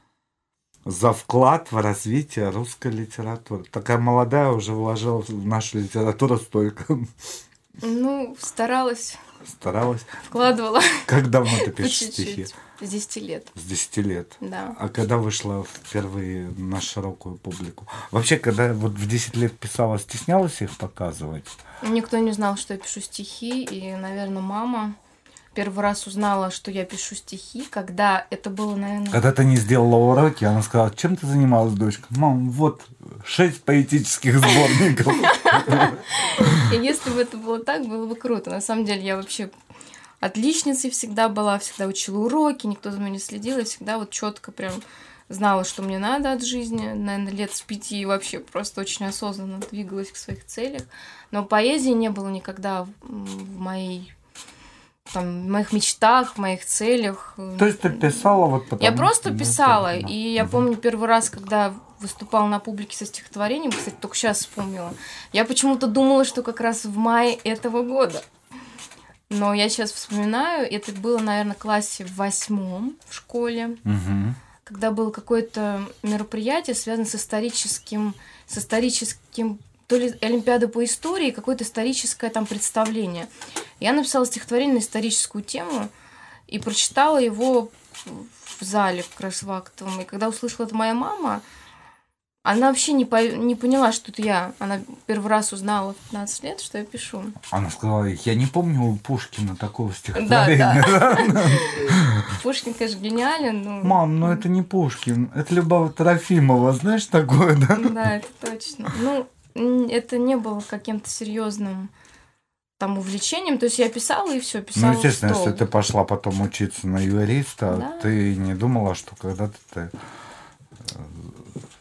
За вклад в развитие русской литературы. Такая молодая уже вложила в нашу литературу столько. Ну, старалась. Старалась. Вкладывала. Как давно ты пишешь стихи? С десяти лет. С десяти лет? Да. А когда вышла впервые на широкую публику? Вообще, когда вот в десять лет писала, стеснялась их показывать? Никто не знал, что я пишу стихи, и, наверное, мама первый раз узнала, что я пишу стихи, когда это было, наверное... Когда ты не сделала уроки, она сказала, чем ты занималась, дочка? Мам, вот шесть поэтических сборников. И если бы это было так, было бы круто. На самом деле я вообще отличницей всегда была, всегда учила уроки, никто за мной не следил, и всегда вот четко прям знала, что мне надо от жизни. Наверное, лет с пяти вообще просто очень осознанно двигалась к своих целях. Но поэзии не было никогда в моей... Там, в моих мечтах, в моих целях. То есть ты писала вот потому... Я просто писала, и я помню первый раз, когда выступала на публике со стихотворением, кстати, только сейчас вспомнила, я почему-то думала, что как раз в мае этого года. Но я сейчас вспоминаю, это было, наверное, в классе в восьмом в школе, угу. Когда было какое-то мероприятие, связанное с историческим, с историческим то ли Олимпиада по истории, какое-то историческое там представление. Я написала стихотворение на историческую тему и прочитала его в зале как раз в актовом. И когда услышала это моя мама, она вообще не, по... не поняла, что это я. Она первый раз узнала в пятнадцать лет, что я пишу. Она сказала, я не помню у Пушкина такого стихотворения. Да, да. Пушкин, конечно, гениален. Но... Мам, ну это не Пушкин, это Любава Трофимова, знаешь такое, да? Да, это точно. Ну, это не было каким-то серьезным там увлечением. То есть я писала и все писала. Ну, естественно, если ты пошла потом учиться на юриста, да. Ты не думала, что когда-то ты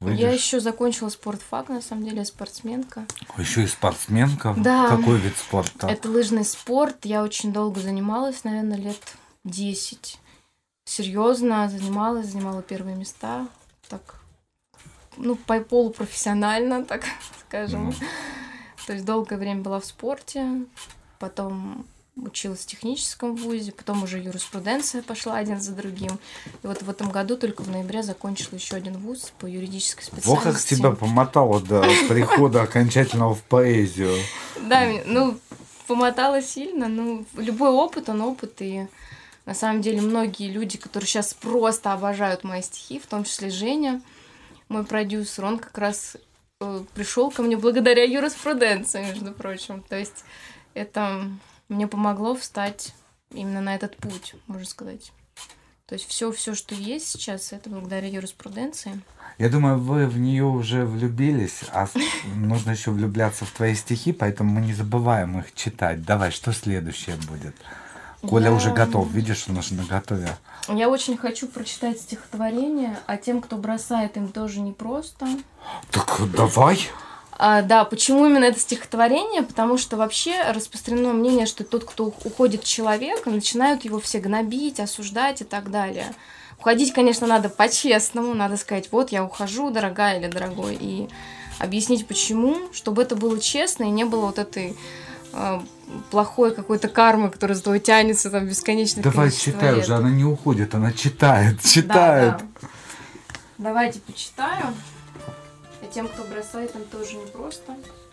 Я еще закончила спортфак, на самом деле, я спортсменка. Еще и спортсменка? Да. Какой вид спорта? Это лыжный спорт. Я очень долго занималась, наверное, лет десять. Серьезно занималась, занимала первые места. Так, ну, по полупрофессионально, так скажем. Mm. То есть долгое время была в спорте, потом училась в техническом вузе, потом уже юриспруденция пошла один за другим. И вот в этом году только в ноябре закончила еще один вуз по юридической специальности. Ох, как тебя помотало до прихода окончательного в поэзию. Да, ну, помотало сильно, ну, любой опыт, он опыт, и на самом деле многие люди, которые сейчас просто обожают мои стихи, в том числе Женя, мой продюсер, он как раз э, пришел ко мне благодаря юриспруденции, между прочим. То есть это мне помогло встать именно на этот путь, можно сказать. То есть все, все, что есть сейчас, это благодаря юриспруденции. Я думаю, вы в нее уже влюбились, а нужно еще влюбляться в твои стихи, поэтому мы не забываем их читать. Давай, что следующее будет? Коля Я... уже готов, видишь, он уже наготове. Я очень хочу прочитать стихотворение, а тем, кто бросает, им тоже непросто. Так давай. А, да, почему именно это стихотворение? Потому что вообще распространено мнение, что тот, кто уходит человек, начинают его все гнобить, осуждать и так далее. Уходить, конечно, надо по-честному, надо сказать, вот я ухожу, дорогая или дорогой, и объяснить почему, чтобы это было честно и не было вот этой э, плохой какой-то кармы, которая за тобой тянется там бесконечно. Давай читай лет. Уже, она не уходит, она читает, читает. Да, да. Давайте почитаю. И тем, кто бросает, им тоже непросто.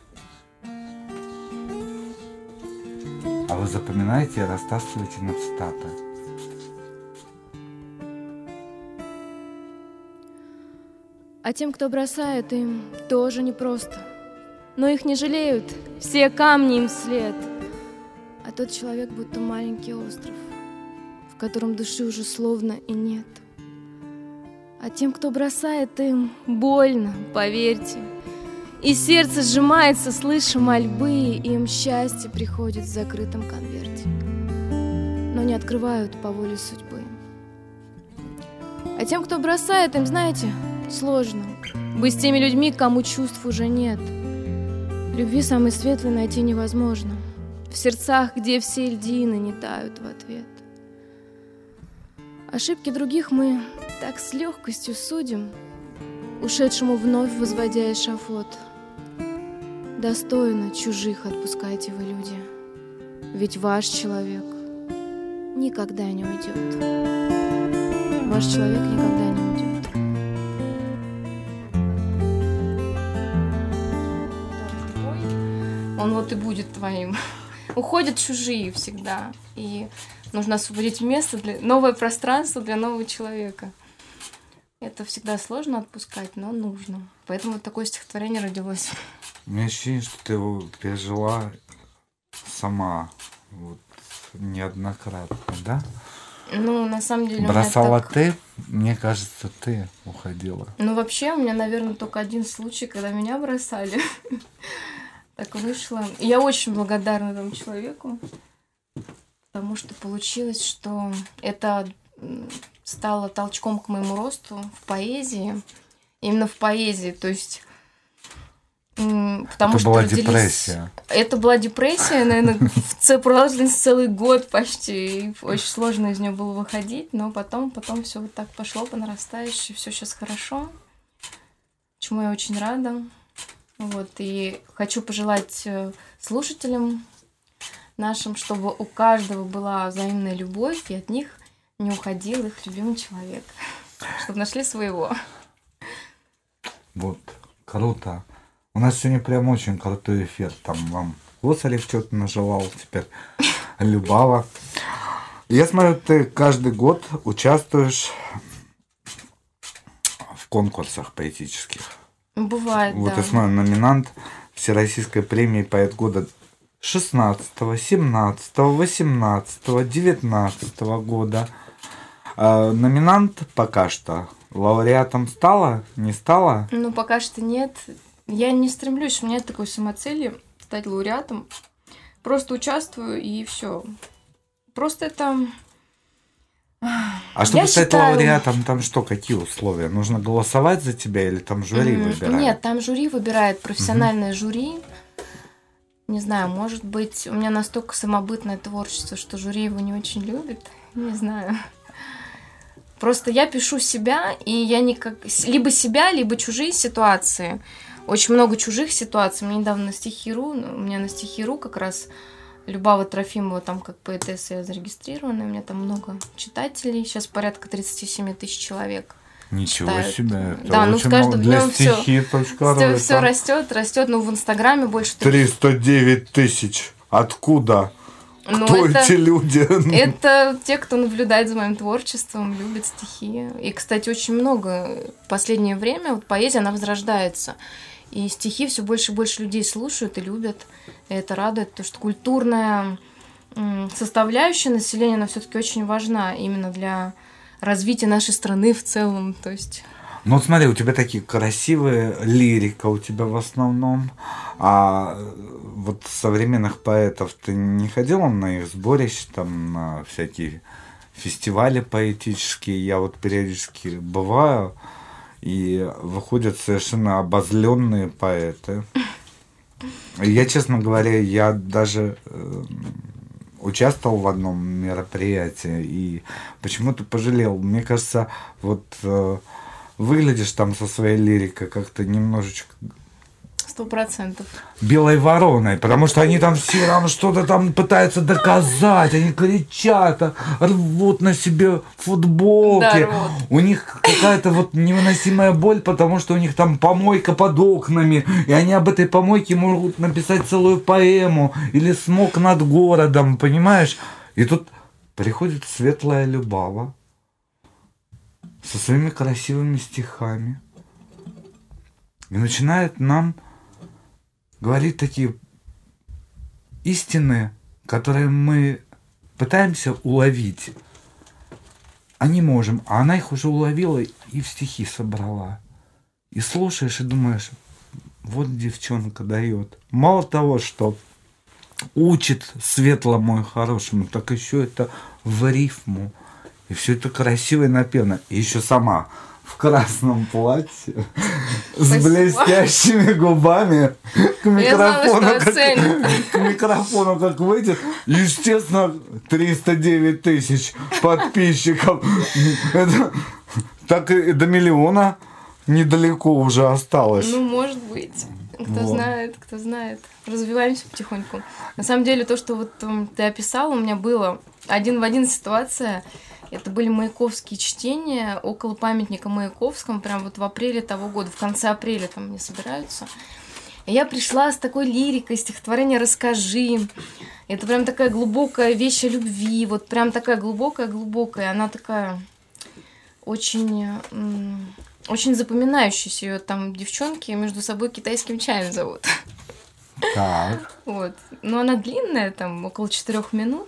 А вы запоминаете и растаскиваете на цитаты. А тем, кто бросает, им тоже непросто. Но их не жалеют, все камни им вслед. А тот человек будто маленький остров, в котором души уже словно и нет. А тем, кто бросает, им больно, поверьте. И сердце сжимается, слыша мольбы, и им счастье приходит в закрытом конверте, но не открывают по воле судьбы. А тем, кто бросает, им, знаете, сложно быть с теми людьми, кому чувств уже нет. Любви самой светлой найти невозможно в сердцах, где все льдины не тают в ответ. Ошибки других мы так с легкостью судим, ушедшему вновь возводя эшафот. Достойно чужих отпускайте вы, люди, ведь ваш человек никогда не уйдет. Ваш человек никогда не уйдет. Он вот и будет твоим. Уходят чужие всегда, и нужно освободить место, для новое пространство для нового человека. Это всегда сложно отпускать, но нужно. Поэтому такое стихотворение родилось. У меня ощущение, что ты его пережила сама вот, неоднократно, да? Ну, на самом деле... Бросала так... ты? Мне кажется, ты уходила. Ну, вообще, у меня, наверное, только один случай, когда меня бросали. Так вышло. Я очень благодарна этому человеку, потому что получилось, что это стало толчком к моему росту в поэзии. Именно в поэзии. То есть... Потому это что была родились... депрессия. Это была депрессия, наверное, в продолжительность целый год почти. И очень сложно из нее было выходить, но потом, потом все вот так пошло по нарастающей, все сейчас хорошо, чему я очень рада. Вот, и хочу пожелать слушателям нашим, чтобы у каждого была взаимная любовь, и от них не уходил их любимый человек, чтобы нашли своего. Вот, круто. У нас сегодня прям очень крутой эфир. Там вам Косарев что-то нажелал, теперь Любава. Я смотрю, ты каждый год участвуешь в конкурсах поэтических. Бывает, вот да. Вот я смотрю, номинант Всероссийской премии «Поэт года» шестнадцатого, семнадцатого, восемнадцатого, девятнадцатого года. А номинант пока что. Лауреатом стала? Не стала? Ну, пока что нет. Я не стремлюсь, у меня нет такой самоцели стать лауреатом. Просто участвую и все. Просто это А чтобы Я стать считаю- лауреатом, там что, какие условия? Нужно голосовать за тебя или там жюри М, выбирает? Нет, там жюри выбирает, профессиональное жюри. Не знаю, может быть, у меня настолько самобытное творчество, что жюри его не очень любит. Не знаю. Просто я пишу себя, и я никак... Либо себя, либо чужие ситуации. Очень много чужих ситуаций. Мне недавно на Стихи.ру, у меня на Стихи.ру как раз Любава Трофимова там как поэтесса я зарегистрирована. У меня там много читателей. Сейчас порядка тридцать семь тысяч человек. Ничего читают. себе. Это Да, ну, с очень каждым много. Для днём всё- стихи.ру Все, это растет, растет. Ну, в Инстаграме больше... триста девять тысяч. Откуда? Ну, Кто это- эти люди? Это те, кто наблюдает за моим творчеством, любит стихи. И, кстати, очень много в последнее время вот поэзия, она возрождается. И стихи все больше и больше людей слушают и любят. И это радует, потому что культурная м, составляющая населения, она все-таки очень важна именно для развития нашей страны в целом. То есть... Ну, вот смотри, у тебя такие красивые лирика у тебя в основном. А вот современных поэтов ты не ходила на их сборища, там, на всякие фестивали поэтические? Я вот периодически бываю, и выходят совершенно обозленные поэты. И я, честно говоря, я даже э, участвовал в одном мероприятии и почему-то пожалел. Мне кажется, вот... Э, выглядишь там со своей лирикой как-то немножечко Сто процентов. белой вороной, потому что они там все там что-то там пытаются доказать, они кричат, рвут на себе футболки. Да, рвут. У них какая-то вот невыносимая боль, потому что у них там помойка под окнами, и они об этой помойке могут написать целую поэму или «Смог над городом», понимаешь? И тут приходит светлая Любава со своими красивыми стихами и начинает нам говорить такие истины, которые мы пытаемся уловить, а не можем. А она их уже уловила и в стихи собрала. И слушаешь и думаешь, вот девчонка дает. Мало того, что учит светлому и хорошему, так еще это в рифму. И все это красиво и напевно. И еще сама в красном платье с Спасибо. блестящими губами к Я знала, микрофону, что как, оценит. к микрофону как выйдет. Естественно, триста девять тысяч подписчиков. Это, так и до миллиона недалеко уже осталось. Ну, может быть. Кто Вот. знает, кто знает. Развиваемся потихоньку. На самом деле, то, что вот м, ты описала, у меня было один в один ситуация. Это были маяковские чтения около памятника Маяковскому, прям вот в апреле того года, в конце апреля там они собираются. И я пришла с такой лирикой, стихотворение «Расскажи». Это прям такая глубокая вещь о любви, вот прям такая глубокая-глубокая. Она такая очень, м, очень запоминающаяся. Ее там девчонки между собой китайским чаем зовут. Так. Вот. Но она длинная, там около четырех минут.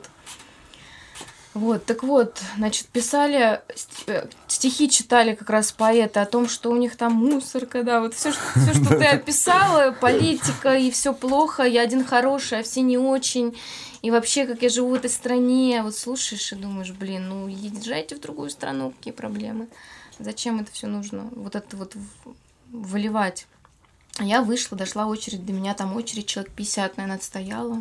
Вот, так вот, значит, писали, ст- стихи читали как раз поэты о том, что у них там мусорка, да, вот все, что, все, что ты описала, политика, и все плохо, я один хороший, а все не очень, и вообще, как я живу в этой стране, вот слушаешь и думаешь, блин, ну, езжайте в другую страну, какие проблемы, зачем это все нужно, вот это вот в- выливать. Я вышла, дошла очередь, до меня там очередь, человек пятьдесят, наверное, отстояла.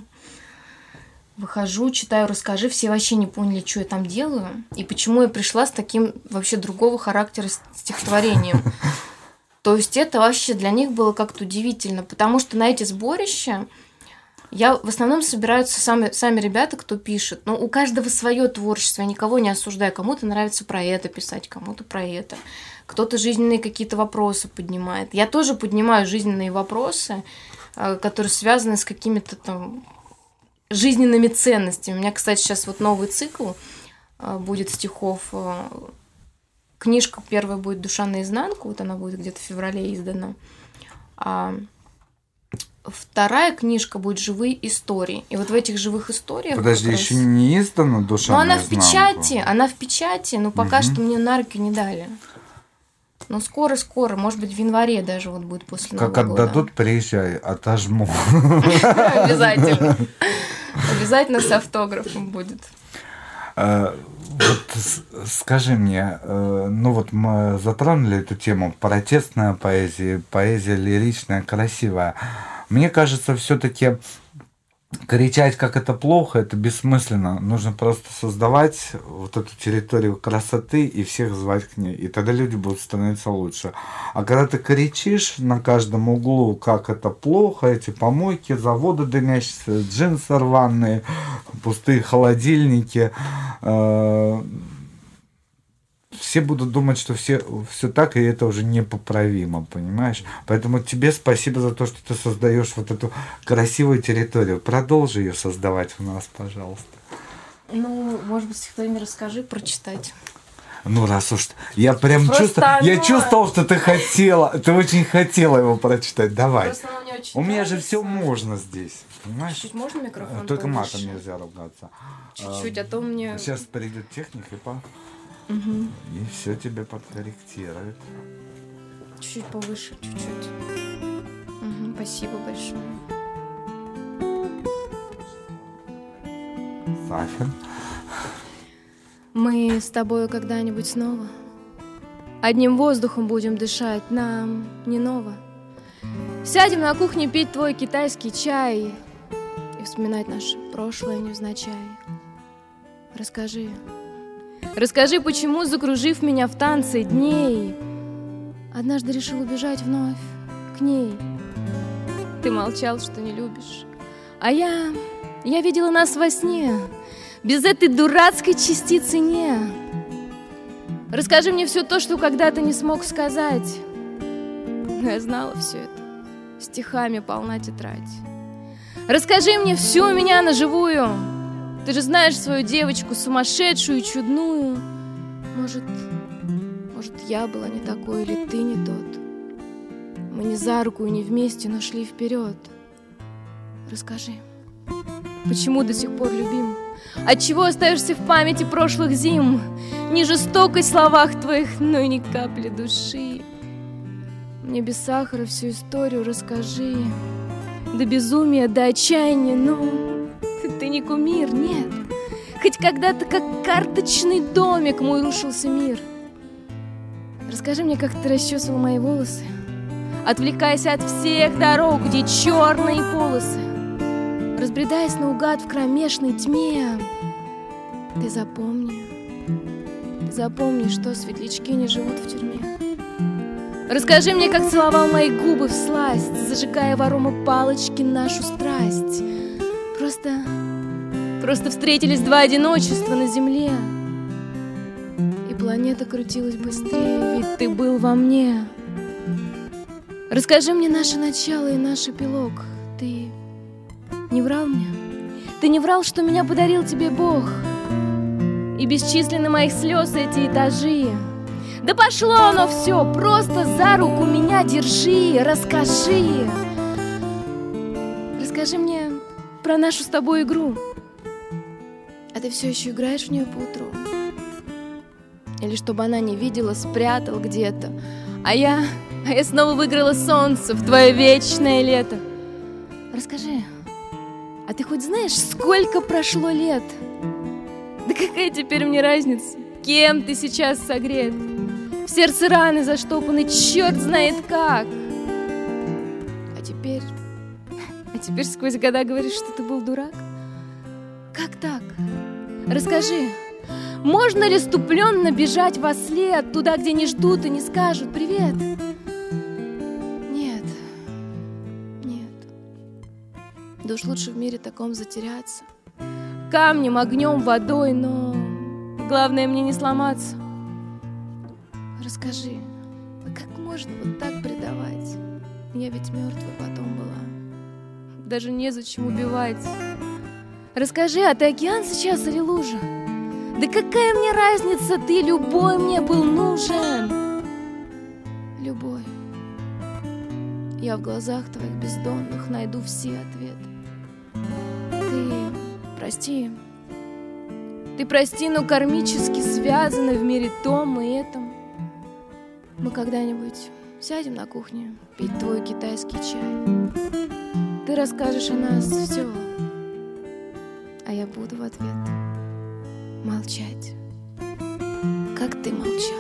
Выхожу, читаю «Расскажи», все вообще не поняли, что я там делаю, и почему я пришла с таким вообще другого характера стихотворением. То есть это вообще для них было как-то удивительно, потому что на эти сборища я в основном собираются сами, сами ребята, кто пишет. Но у каждого свое творчество, я никого не осуждаю. Кому-то нравится про это писать, кому-то про это. Кто-то жизненные какие-то вопросы поднимает. Я тоже поднимаю жизненные вопросы, э, которые связаны с какими-то там жизненными ценностями. У меня, кстати, сейчас вот новый цикл э, будет стихов. Э, книжка первая будет «Душа наизнанку», вот она будет где-то в феврале издана. А вторая книжка будет «Живые истории». И вот в этих живых историях... Подожди, как еще раз- не издана «Душа Ну, она в наизнанку»? печати, она в печати, но пока Мгм. что мне на руки не дали. Ну, скоро-скоро, может быть, в январе даже вот будет после Как Нового года. отдадут, приезжай, отожму. Обязательно. Обязательно с автографом будет. Э, Вот с- скажи мне, э, ну вот мы затронули эту тему, протестная поэзия, поэзия лиричная, красивая. Мне кажется, все-таки кричать, как это плохо, это бессмысленно. Нужно просто создавать вот эту территорию красоты и всех звать к ней. И тогда люди будут становиться лучше. А когда ты кричишь на каждом углу, как это плохо, эти помойки, заводы дымящиеся, джинсы рваные, пустые холодильники, э, все будут думать, что все, все так, и это уже непоправимо, понимаешь? Поэтому тебе спасибо за то, что ты создаешь вот эту красивую территорию. Продолжи ее создавать у нас, пожалуйста. Ну, может быть, стихотворение расскажи, прочитать. Ну, раз уж я прям Просто чувствую, я оно- чувствовал, что ты хотела, ты очень хотела его прочитать. Давай. Просто оно мне очень У меня же нравится. все можно здесь, понимаешь? Чуть-чуть можно микрофон Только матом повыше? нельзя ругаться. Чуть-чуть, а то мне... Сейчас придет техник и по... Мгм. И все тебе подкорректирует. Чуть-чуть повыше, чуть-чуть. Мгм, спасибо большое. Сафин. Мы с тобою когда-нибудь снова одним воздухом будем дышать, нам не ново. Сядем на кухне пить твой китайский чай и вспоминать наше прошлое невзначай. Расскажи, расскажи, почему, закружив меня в танце дней, однажды решил убежать вновь к ней. Ты молчал, что не любишь, а я, я видела нас во сне, без этой дурацкой частицы «не». Расскажи мне все то, что когда-то не смог сказать. Но я знала все это, стихами полна тетрадь. Расскажи мне всю меня наживую. Ты же знаешь свою девочку, сумасшедшую и чудную. Может, может, я была не такой, или ты не тот. Мы не за руку и не вместе, но шли вперед. Расскажи, почему до сих пор любим? Отчего остаешься в памяти прошлых зим? Не жестокость в словах твоих, но и ни капли души. Мне без сахара всю историю расскажи. До безумия, до отчаяния, ну, ты не кумир, нет. Хоть когда-то, как карточный домик, мой рушился мир. Расскажи мне, как ты расчесывал мои волосы, отвлекаясь от всех дорог, где черные полосы. Разбредаясь наугад в кромешной тьме. Ты запомни, ты запомни, что светлячки не живут в тюрьме. Расскажи мне, как целовал мои губы всласть, зажигая в арома палочки нашу страсть. Просто, просто встретились два одиночества на земле, и планета крутилась быстрее, ведь ты был во мне. Расскажи мне наше начало и наш эпилог. Ты не врал мне? Ты не врал, что меня подарил тебе Бог? И бесчисленны моих слез эти этажи. Да пошло оно все, просто за руку меня держи, расскажи. Расскажи мне про нашу с тобой игру. А ты все еще играешь в нее по утру? Или чтобы она не видела, спрятал где-то. А я, а я снова выиграла солнце в твое вечное лето. Расскажи, а ты хоть знаешь, сколько прошло лет? Да какая теперь мне разница, кем ты сейчас согрет? В сердце раны заштопаны, черт знает как. А теперь, а теперь сквозь года говоришь, что ты был дурак? Как так? Расскажи, можно ли ступленно бежать во след туда, где не ждут и не скажут привет? Нет, нет. Да уж лучше в мире таком затеряться. Камнем, огнем, водой, но главное мне не сломаться. Расскажи, а как можно вот так предавать? Я ведь мертвой потом была. Даже незачем убивать. Расскажи, а ты океан сейчас или лужа? Да какая мне разница, ты любой мне был нужен. Любой. Я в глазах твоих бездонных найду все ответы. Ты прости. Ты прости, но кармически связаны в мире том и этом. Мы когда-нибудь сядем на кухне пить твой китайский чай. Ты расскажешь о нас все, а я буду в ответ молчать. ты молчал.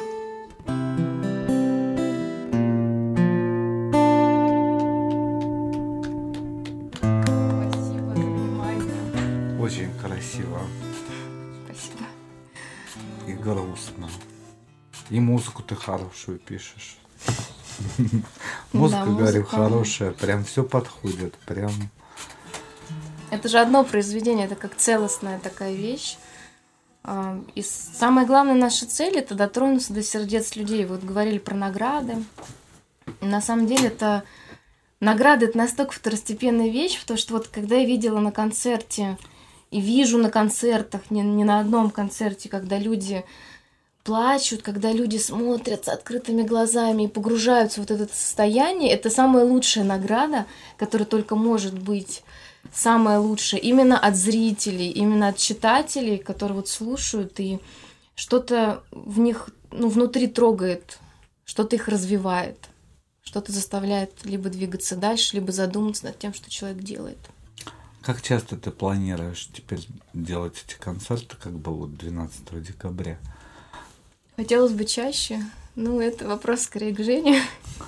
Спасибо за внимание. Очень красиво Спасибо. и грустно. И музыку ты хорошую пишешь. Музыка, говорю, музыка. хорошая, прям все подходит, прям. Это же одно произведение, это как целостная такая вещь. А, И самая главная наша цель — это дотронуться до сердец людей. Вот говорили про награды. На самом деле это награды — это настолько второстепенная вещь, потому что вот когда я видела на концерте и вижу на концертах, не, не на одном концерте, когда люди плачут, когда люди смотрят с открытыми глазами и погружаются в вот это состояние, это самая лучшая награда, которая только может быть. Самое лучшее именно от зрителей, именно от читателей, которые вот слушают, и что-то в них, ну, внутри трогает, что-то их развивает, что-то заставляет либо двигаться дальше, либо задуматься над тем, что человек делает. Как часто ты планируешь теперь делать эти концерты, как было вот двенадцатого декабря? Хотелось бы чаще. Ну, это вопрос скорее к Жене.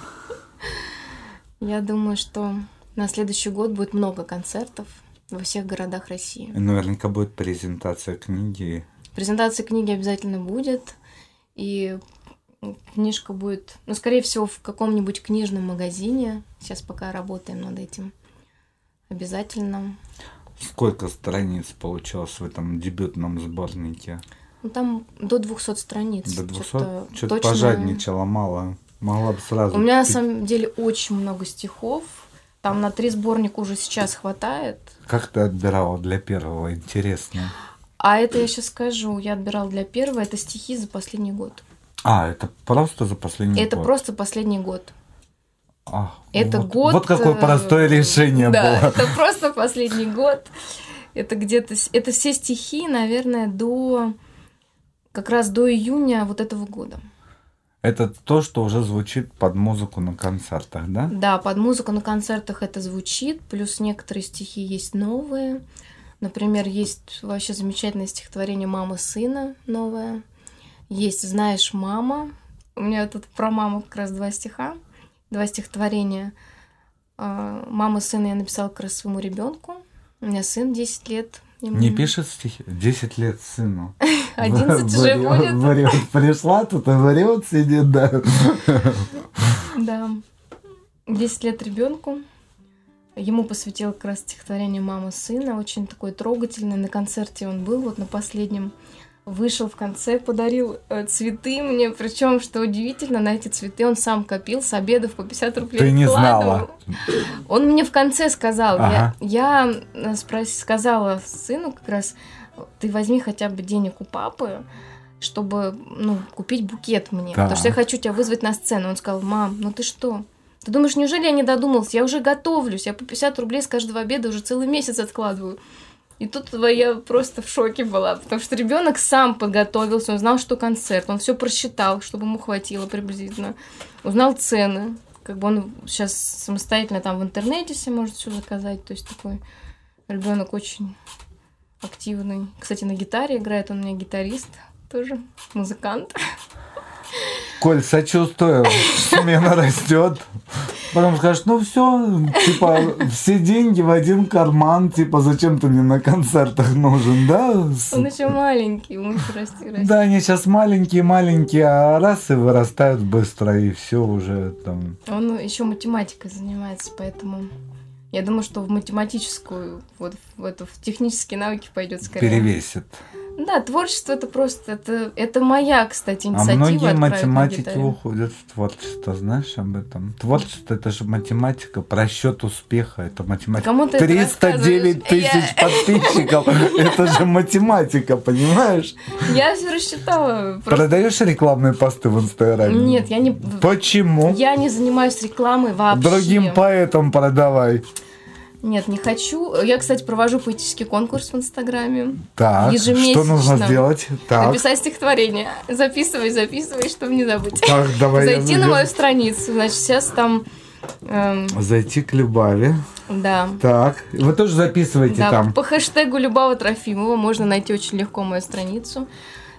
Я думаю, что на следующий год будет много концертов во всех городах России. И наверняка будет презентация книги. Презентация книги обязательно будет. И книжка будет, ну, скорее всего, в каком-нибудь книжном магазине. Сейчас пока работаем над этим. Обязательно. Сколько страниц получилось в этом дебютном сборнике? Ну, там до двухсот страниц. До двухсот? Что-то Что-то точно- пожадничала, мало. Могла бы сразу. У меня на пи- самом деле очень много стихов. Там на три сборника уже сейчас хватает. Как ты отбирала для первого? Интересно. А это я сейчас скажу. Я отбирала для первого. Это стихи за последний год. А, это просто за последний это год? просто последний год. А, Это вот, год... Вот какое э, простое решение да, было. это просто последний год. Это где-то... с- Это все стихи, наверное, до... Как раз до июня вот этого года. Это то, что уже звучит под музыку на концертах, да? Да, под музыку на концертах это звучит, плюс некоторые стихи есть новые. Например, есть вообще замечательное стихотворение «Мама сына» новое. Есть «Знаешь, мама». У меня тут про маму как раз два стиха, два стихотворения. А, «Мама сына» я написала как раз своему ребенку. У меня сын десять лет. ему. Не пишет стихи? десять лет сыну. одиннадцать уже Врёт, будет. врёт. Пришла тут и врет, сидит, да. Да. десять лет ребенку. Ему посвятила как раз стихотворение «Мама сына». Очень такой трогательный. На концерте он был, вот на последнем. Вышел в конце, подарил э, цветы мне. Причем, что удивительно, на эти цветы он сам копил с обедов по пятьдесят рублей. Ты не вкладывал. знала. Он мне в конце сказал. Ага. Я, я э, спрос- сказала сыну как раз, ты возьми хотя бы денег у папы, чтобы, ну, купить букет мне. Так. Потому что я хочу тебя вызвать на сцену. Он сказал: мам, ну ты что? Ты думаешь, неужели я не додумался? Я уже готовлюсь. Я по пятьдесят рублей с каждого обеда уже целый месяц откладываю. И тут я просто в шоке была, потому что ребенок сам подготовился, он знал, что концерт, он все просчитал, чтобы ему хватило приблизительно, узнал цены, как бы он сейчас самостоятельно там в интернете себе может все заказать, то есть такой ребенок очень активный. Кстати, на гитаре играет, он у меня гитарист тоже, музыкант. Коль, сочувствую, смена растет. Потом скажешь, ну все, типа, все деньги в один карман, типа, зачем ты мне на концертах нужен, да? Он еще маленький, ему еще расти, расти. Да, они сейчас маленькие-маленькие, а раз и вырастают быстро, и все уже там. Он еще математикой занимается, поэтому я думаю, что в математическую, вот в эту, в технические навыки пойдет скорее. Перевесит. Да, творчество это просто, это, это моя, кстати, А инициатива. многие отправить на математики гитаре. уходят в творчество, знаешь об этом? Творчество — это же математика, просчет успеха, это математика. Кому ты это триста девять рассказываешь? тысяч Я- подписчиков, это же математика, понимаешь? Я все рассчитала. Просто... Продаешь рекламные посты в Инстаграме? Нет, я не... Почему? Я не занимаюсь рекламой вообще. Другим поэтам продавай. Нет, не хочу. Я, кстати, провожу поэтический конкурс в Инстаграме. Так, Ежемесячно. что нужно сделать? Так, Написать стихотворение. Записывай, записывай, чтобы не забыть. так, давай. я Зайти на зайду. мою страницу. Значит, сейчас там... эм, Зайти к Любави. да. Так, вы тоже записываете Да, там. по хэштегу Любава Трофимова можно найти очень легко мою страницу.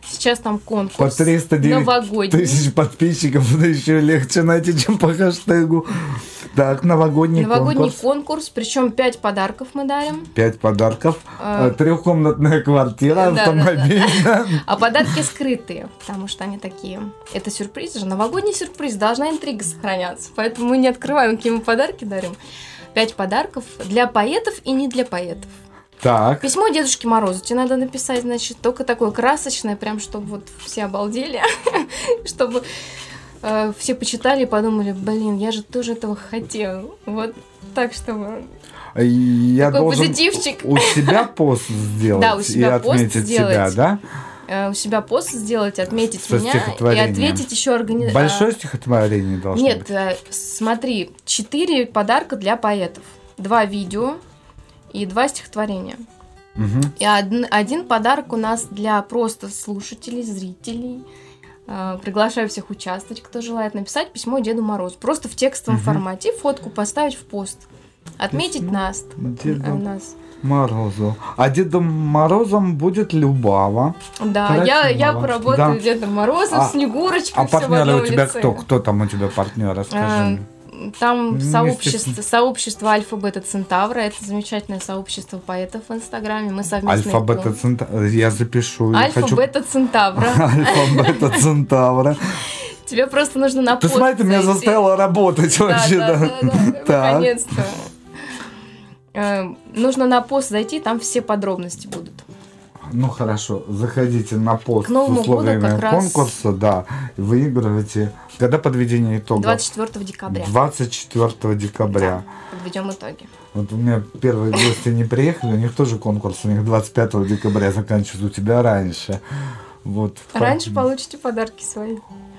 Сейчас там конкурс. По триста девять новогодний. тысяч подписчиков еще легче найти, чем по хэштегу. Так, новогодний, Новогодний конкурс. конкурс, причем пять подарков мы дарим. Пять подарков. А, Трехкомнатная квартира, да, автомобиль. Да. А подарки скрытые, потому что они такие. Это сюрприз же, новогодний сюрприз, должна интрига сохраняться. Поэтому мы не открываем, какие мы подарки дарим. Пять подарков для поэтов и не для поэтов. Так. Письмо Дедушке Морозу тебе надо написать, значит, только такое красочное, прям чтобы вот все обалдели, чтобы э, все почитали и подумали, блин, я же тоже этого хотел. Вот так, чтобы... Я Такой должен позитивчик. у себя пост сделать Да, у себя и пост отметить сделать. себя, да? Э, у себя пост сделать, отметить Со меня и стихотворением. ответить еще организацию. Большое стихотворение должно Нет, быть? э, смотри, четыре подарка для поэтов. Два видео и два стихотворения. Мгм. И один, один подарок у нас для просто слушателей, зрителей. Э, Приглашаю всех участвовать, кто желает написать письмо Деду Морозу. Просто в текстовом Мгм. формате, фотку поставить в пост. Отметить Письмо нас. Деду э, нас. Морозу. А Дедом Морозом будет Любава. Да, я, я Красиво. поработаю Да. Дедом Морозом, А- Снегурочкой, А всё в партнеры одном у тебя лице. кто? Кто там у тебя партнер? Расскажи А, мне. Там Ну, сообщество, естественно. сообщество Альфа-Бета Центавра. Это замечательное сообщество поэтов в Инстаграме. Мы совместно. Альфа-бета Центавра. Я запишу. я хочу- Альфа-Бета Центавра. Альфа-бета Центавра. Тебе просто нужно на Ты пост смотри, ты меня зайти. заставила работать Да, вообще, да, да. да, да, Так. наконец-то. Э, Нужно на пост зайти, там все подробности будут. Ну хорошо, заходите на пост К Новому с условиями году как раз- конкурса, да, и выигрываете. Когда подведение итогов? двадцать четвёртого декабря двадцать четвёртого декабря. подведем итоги. Вот у меня первые гости не приехали, у них тоже конкурс, у них двадцать пятого декабря заканчивается, у тебя раньше. Вот. Раньше получите подарки свои.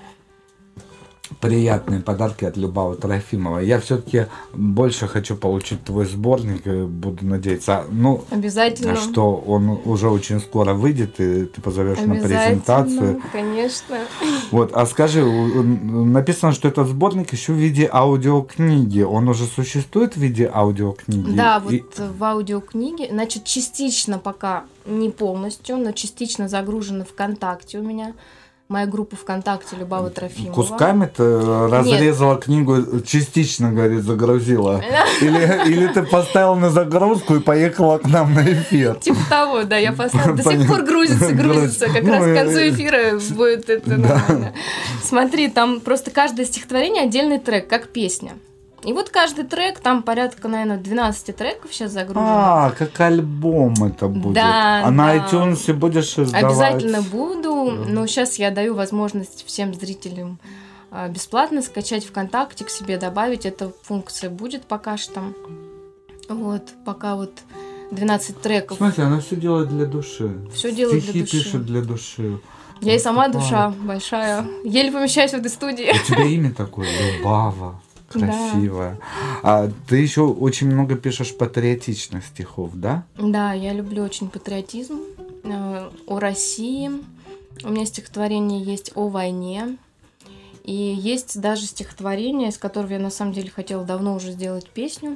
Приятные подарки от Любавы Трофимова. Я все-таки больше хочу получить твой сборник, и буду надеяться. Ну, Обязательно. что он уже очень скоро выйдет, и ты позовешь на презентацию. Обязательно, конечно. Вот, а скажи, у- у- написано, что этот сборник еще в виде аудиокниги. Он уже существует в виде аудиокниги? Да, вот И- в аудиокниге, значит, частично пока не полностью, но частично загружена ВКонтакте у меня. Моя группа ВКонтакте Любава Трофимова. Кусками ты разрезала книгу, частично, говорит, загрузила? Или, или ты поставила на загрузку и поехала к нам на эфир? Типа того, да, я поставила. До сих Понятно. пор грузится, грузится. Как Ну, раз к концу э, эфира будет это нормально. Смотри, там просто каждое стихотворение отдельный трек, как песня. И вот каждый трек, там порядка, наверное, двенадцать треков сейчас загружено. А, как альбом это будет. Да, а на да. iTunes будешь издавать? Обязательно буду, но сейчас я даю возможность всем зрителям а, бесплатно скачать ВКонтакте, к себе добавить. Эта функция будет пока что. Вот, пока вот двенадцать треков. Смотри, она все делает для души. Всё делает Стихи для души. пишет для души. Я и сама Вау. душа большая. Еле помещаюсь в этой студии. У тебя имя такое, Любава. Красивая. А ты еще очень много пишешь патриотичных стихов, да? Да, я люблю очень патриотизм, э, о России. У меня стихотворение есть о войне. И есть даже стихотворение, из которого я на самом деле хотела давно уже сделать песню.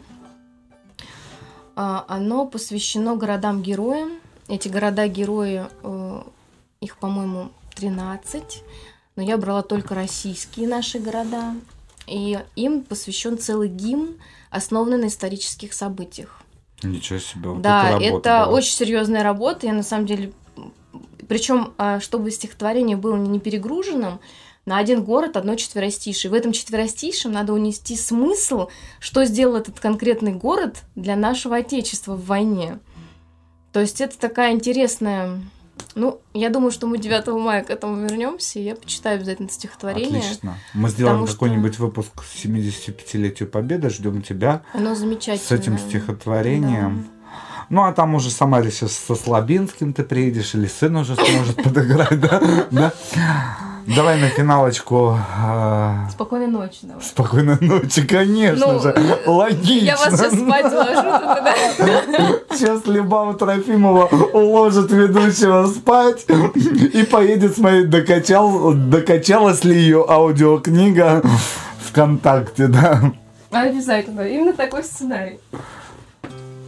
А, Оно посвящено городам-героям. Эти города-герои, э, их, по-моему, тринадцать. Но я брала только российские наши города. И им посвящен целый гимн, основанный на исторических событиях. Ничего себе. Вот Да, это, работа это была. очень серьезная работа. Я на самом деле, причем, чтобы стихотворение было не перегруженным, на один город одно четверостишие. В этом четверостишем надо унести смысл, что сделал этот конкретный город для нашего Отечества в войне. То есть это такая интересная. Ну, я думаю, что мы девятого мая к этому вернемся, и я почитаю обязательно это стихотворение. Отлично. Мы сделаем Потому что- какой-нибудь выпуск к семидесятипятилетию Победы. Ждем тебя Оно замечательное. с этим стихотворением. Ну, а там уже сама решишь, со Слабинским ты приедешь, или сын уже сможет подыграть, да? Да? Давай на финалочку. э, Спокойной ночи, давай. Спокойной ночи, конечно Ну, же. Логично. Я вас сейчас спать ложу тут, да? Сейчас Любава Трофимова уложит ведущего спать и поедет смотреть, докачал, докачалась ли ее аудиокнига ВКонтакте, да. Обязательно. Именно такой сценарий.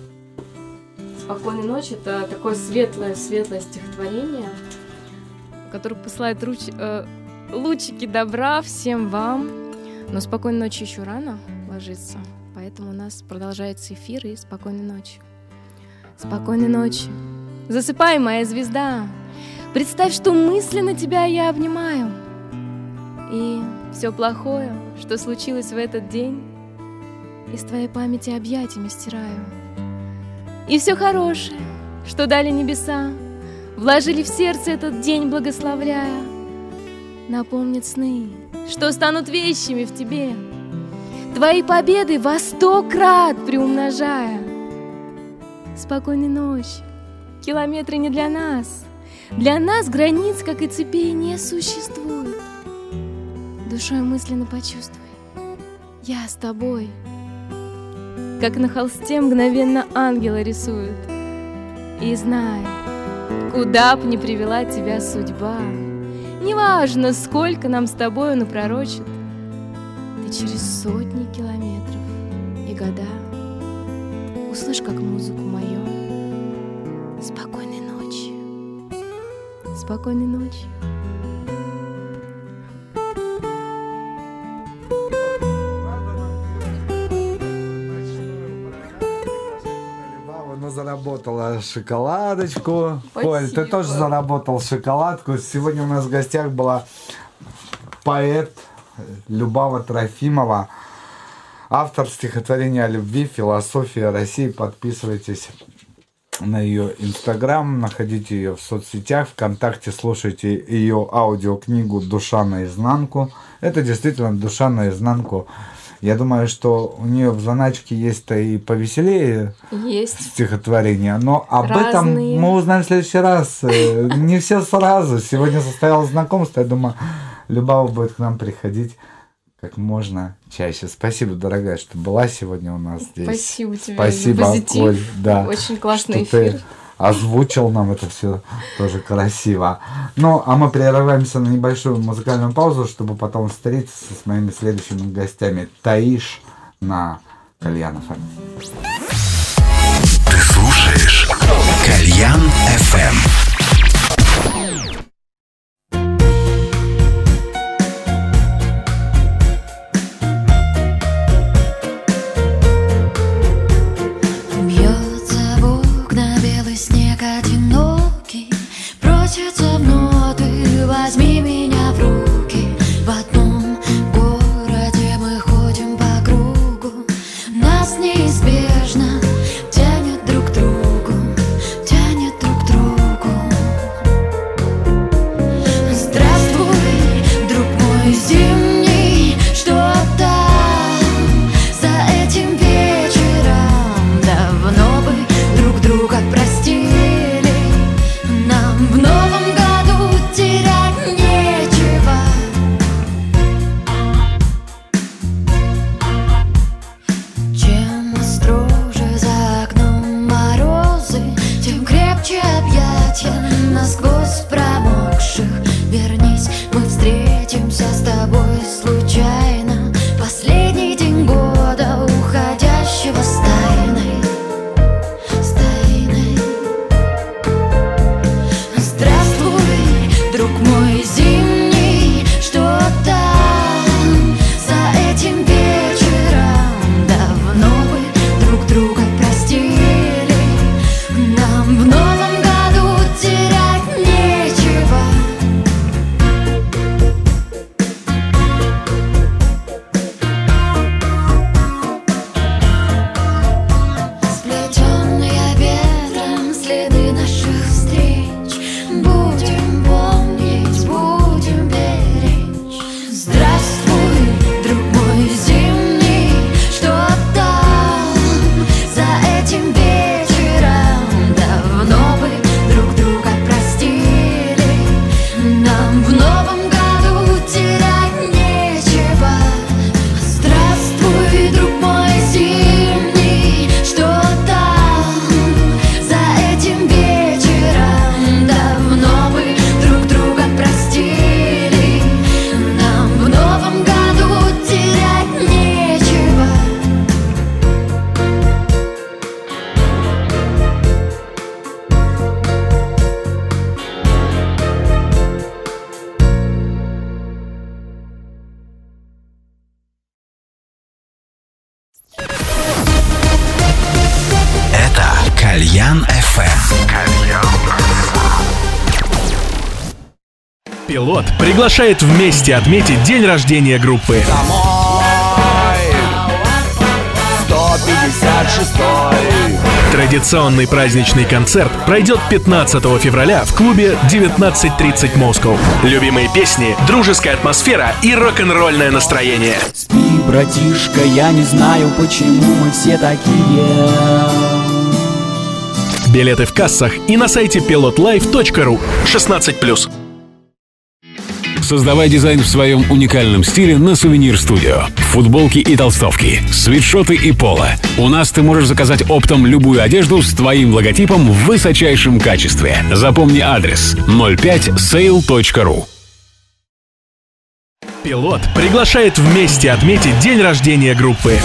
Спокойной ночи. Это такое светлое-светлое стихотворение, который посылает руч... э, лучики добра всем вам. Но спокойной ночи еще рано ложиться, поэтому у нас продолжается эфир, и спокойной ночи. Спокойной ночи. Засыпай, моя звезда. Представь, что мысленно тебя я обнимаю. И все плохое, что случилось в этот день, из твоей памяти объятиями стираю. И все хорошее, что дали небеса, вложили в сердце этот день, благословляя. Напомнит сны, что станут вещами в тебе, твои победы во сто крат приумножая. Спокойной ночи. Километры не для нас. Для нас границ, как и цепей, не существует. Душой мысленно почувствуй, я с тобой. Как на холсте мгновенно ангела рисуют. И знай, куда б ни привела тебя судьба, неважно, сколько нам с тобой напророчит, ты через сотни километров и года услышь, как музыку мою. Спокойной ночи. Спокойной ночи. Ну, заработала шоколадочку. Спасибо. Коль, ты тоже заработал шоколадку. Сегодня у нас в гостях была поэт Любава Трофимова, автор стихотворения о любви, философии России. Подписывайтесь на ее инстаграм, находите ее в соцсетях, ВКонтакте, слушайте ее аудиокнигу «Душа наизнанку». Это действительно душа наизнанку. Я думаю, что у нее в заначке есть-то и повеселее Есть. стихотворения, но об Разные. этом мы узнаем в следующий раз. Не все сразу. Сегодня состоялось знакомство. Я думаю, Любава будет к нам приходить как можно чаще. Спасибо, дорогая, что была сегодня у нас здесь. Спасибо тебе Спасибо, за позитив. Коль, да, Очень классный что эфир. ты озвучил нам это все тоже красиво. Ну, а мы прерываемся на небольшую музыкальную паузу, чтобы потом встретиться с моими следующими гостями. Таиш на Кальян эф эм. Ты слушаешь Кальян эф эм. Возьми меня в руки, в одном городе мы ходим по кругу. Нас неизбежно тянет друг к другу, тянет друг к другу. Кальян эф эм. Пилот приглашает вместе отметить день рождения группы. сто пятьдесят шестой. Традиционный праздничный концерт пройдет пятнадцатого февраля в клубе девятнадцать тридцать Moscow. Любимые песни, дружеская атмосфера и рок-н-ролльное настроение. Спи, братишка, я не знаю, почему мы все такие. Билеты в кассах и на сайте пилот лайф точка ру. шестнадцать плюс. Создавай дизайн в своем уникальном стиле на Сувенир Студио. Футболки и толстовки, свитшоты и поло. У нас ты можешь заказать оптом любую одежду с твоим логотипом в высочайшем качестве. Запомни адрес ноль пять сейл точка ру. Пилот приглашает вместе отметить день рождения группы.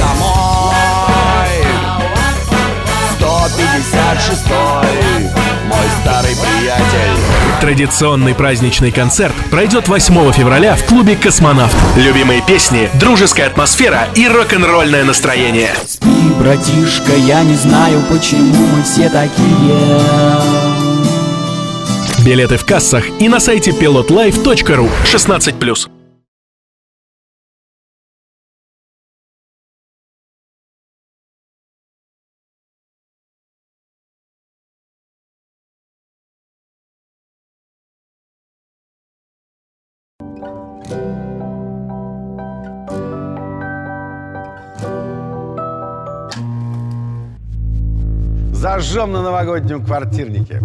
сто пятьдесят шестой. Мой старый приятель. Традиционный праздничный концерт пройдет восьмого февраля в клубе «Космонавт». Любимые песни, дружеская атмосфера и рок-н-ролльное настроение. Спи, братишка, я не знаю, почему мы все такие. Билеты в кассах и на сайте пилот лайф точка ру. шестнадцать плюс. Зажжем на новогоднем квартирнике.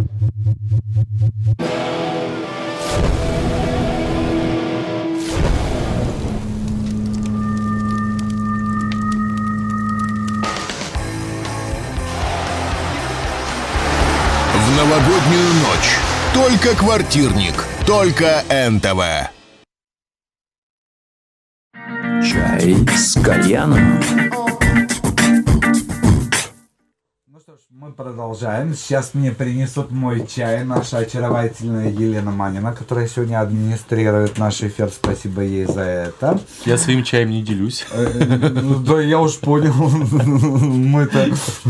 В новогоднюю ночь только квартирник, только эн тэ вэ. Чай с кальяном. Мы продолжаем. Сейчас мне принесут мой чай наша очаровательная Елена Манина, которая сегодня администрирует наш эфир. Спасибо ей за это. Я своим чаем не делюсь. Да, я уж понял. Мы-то...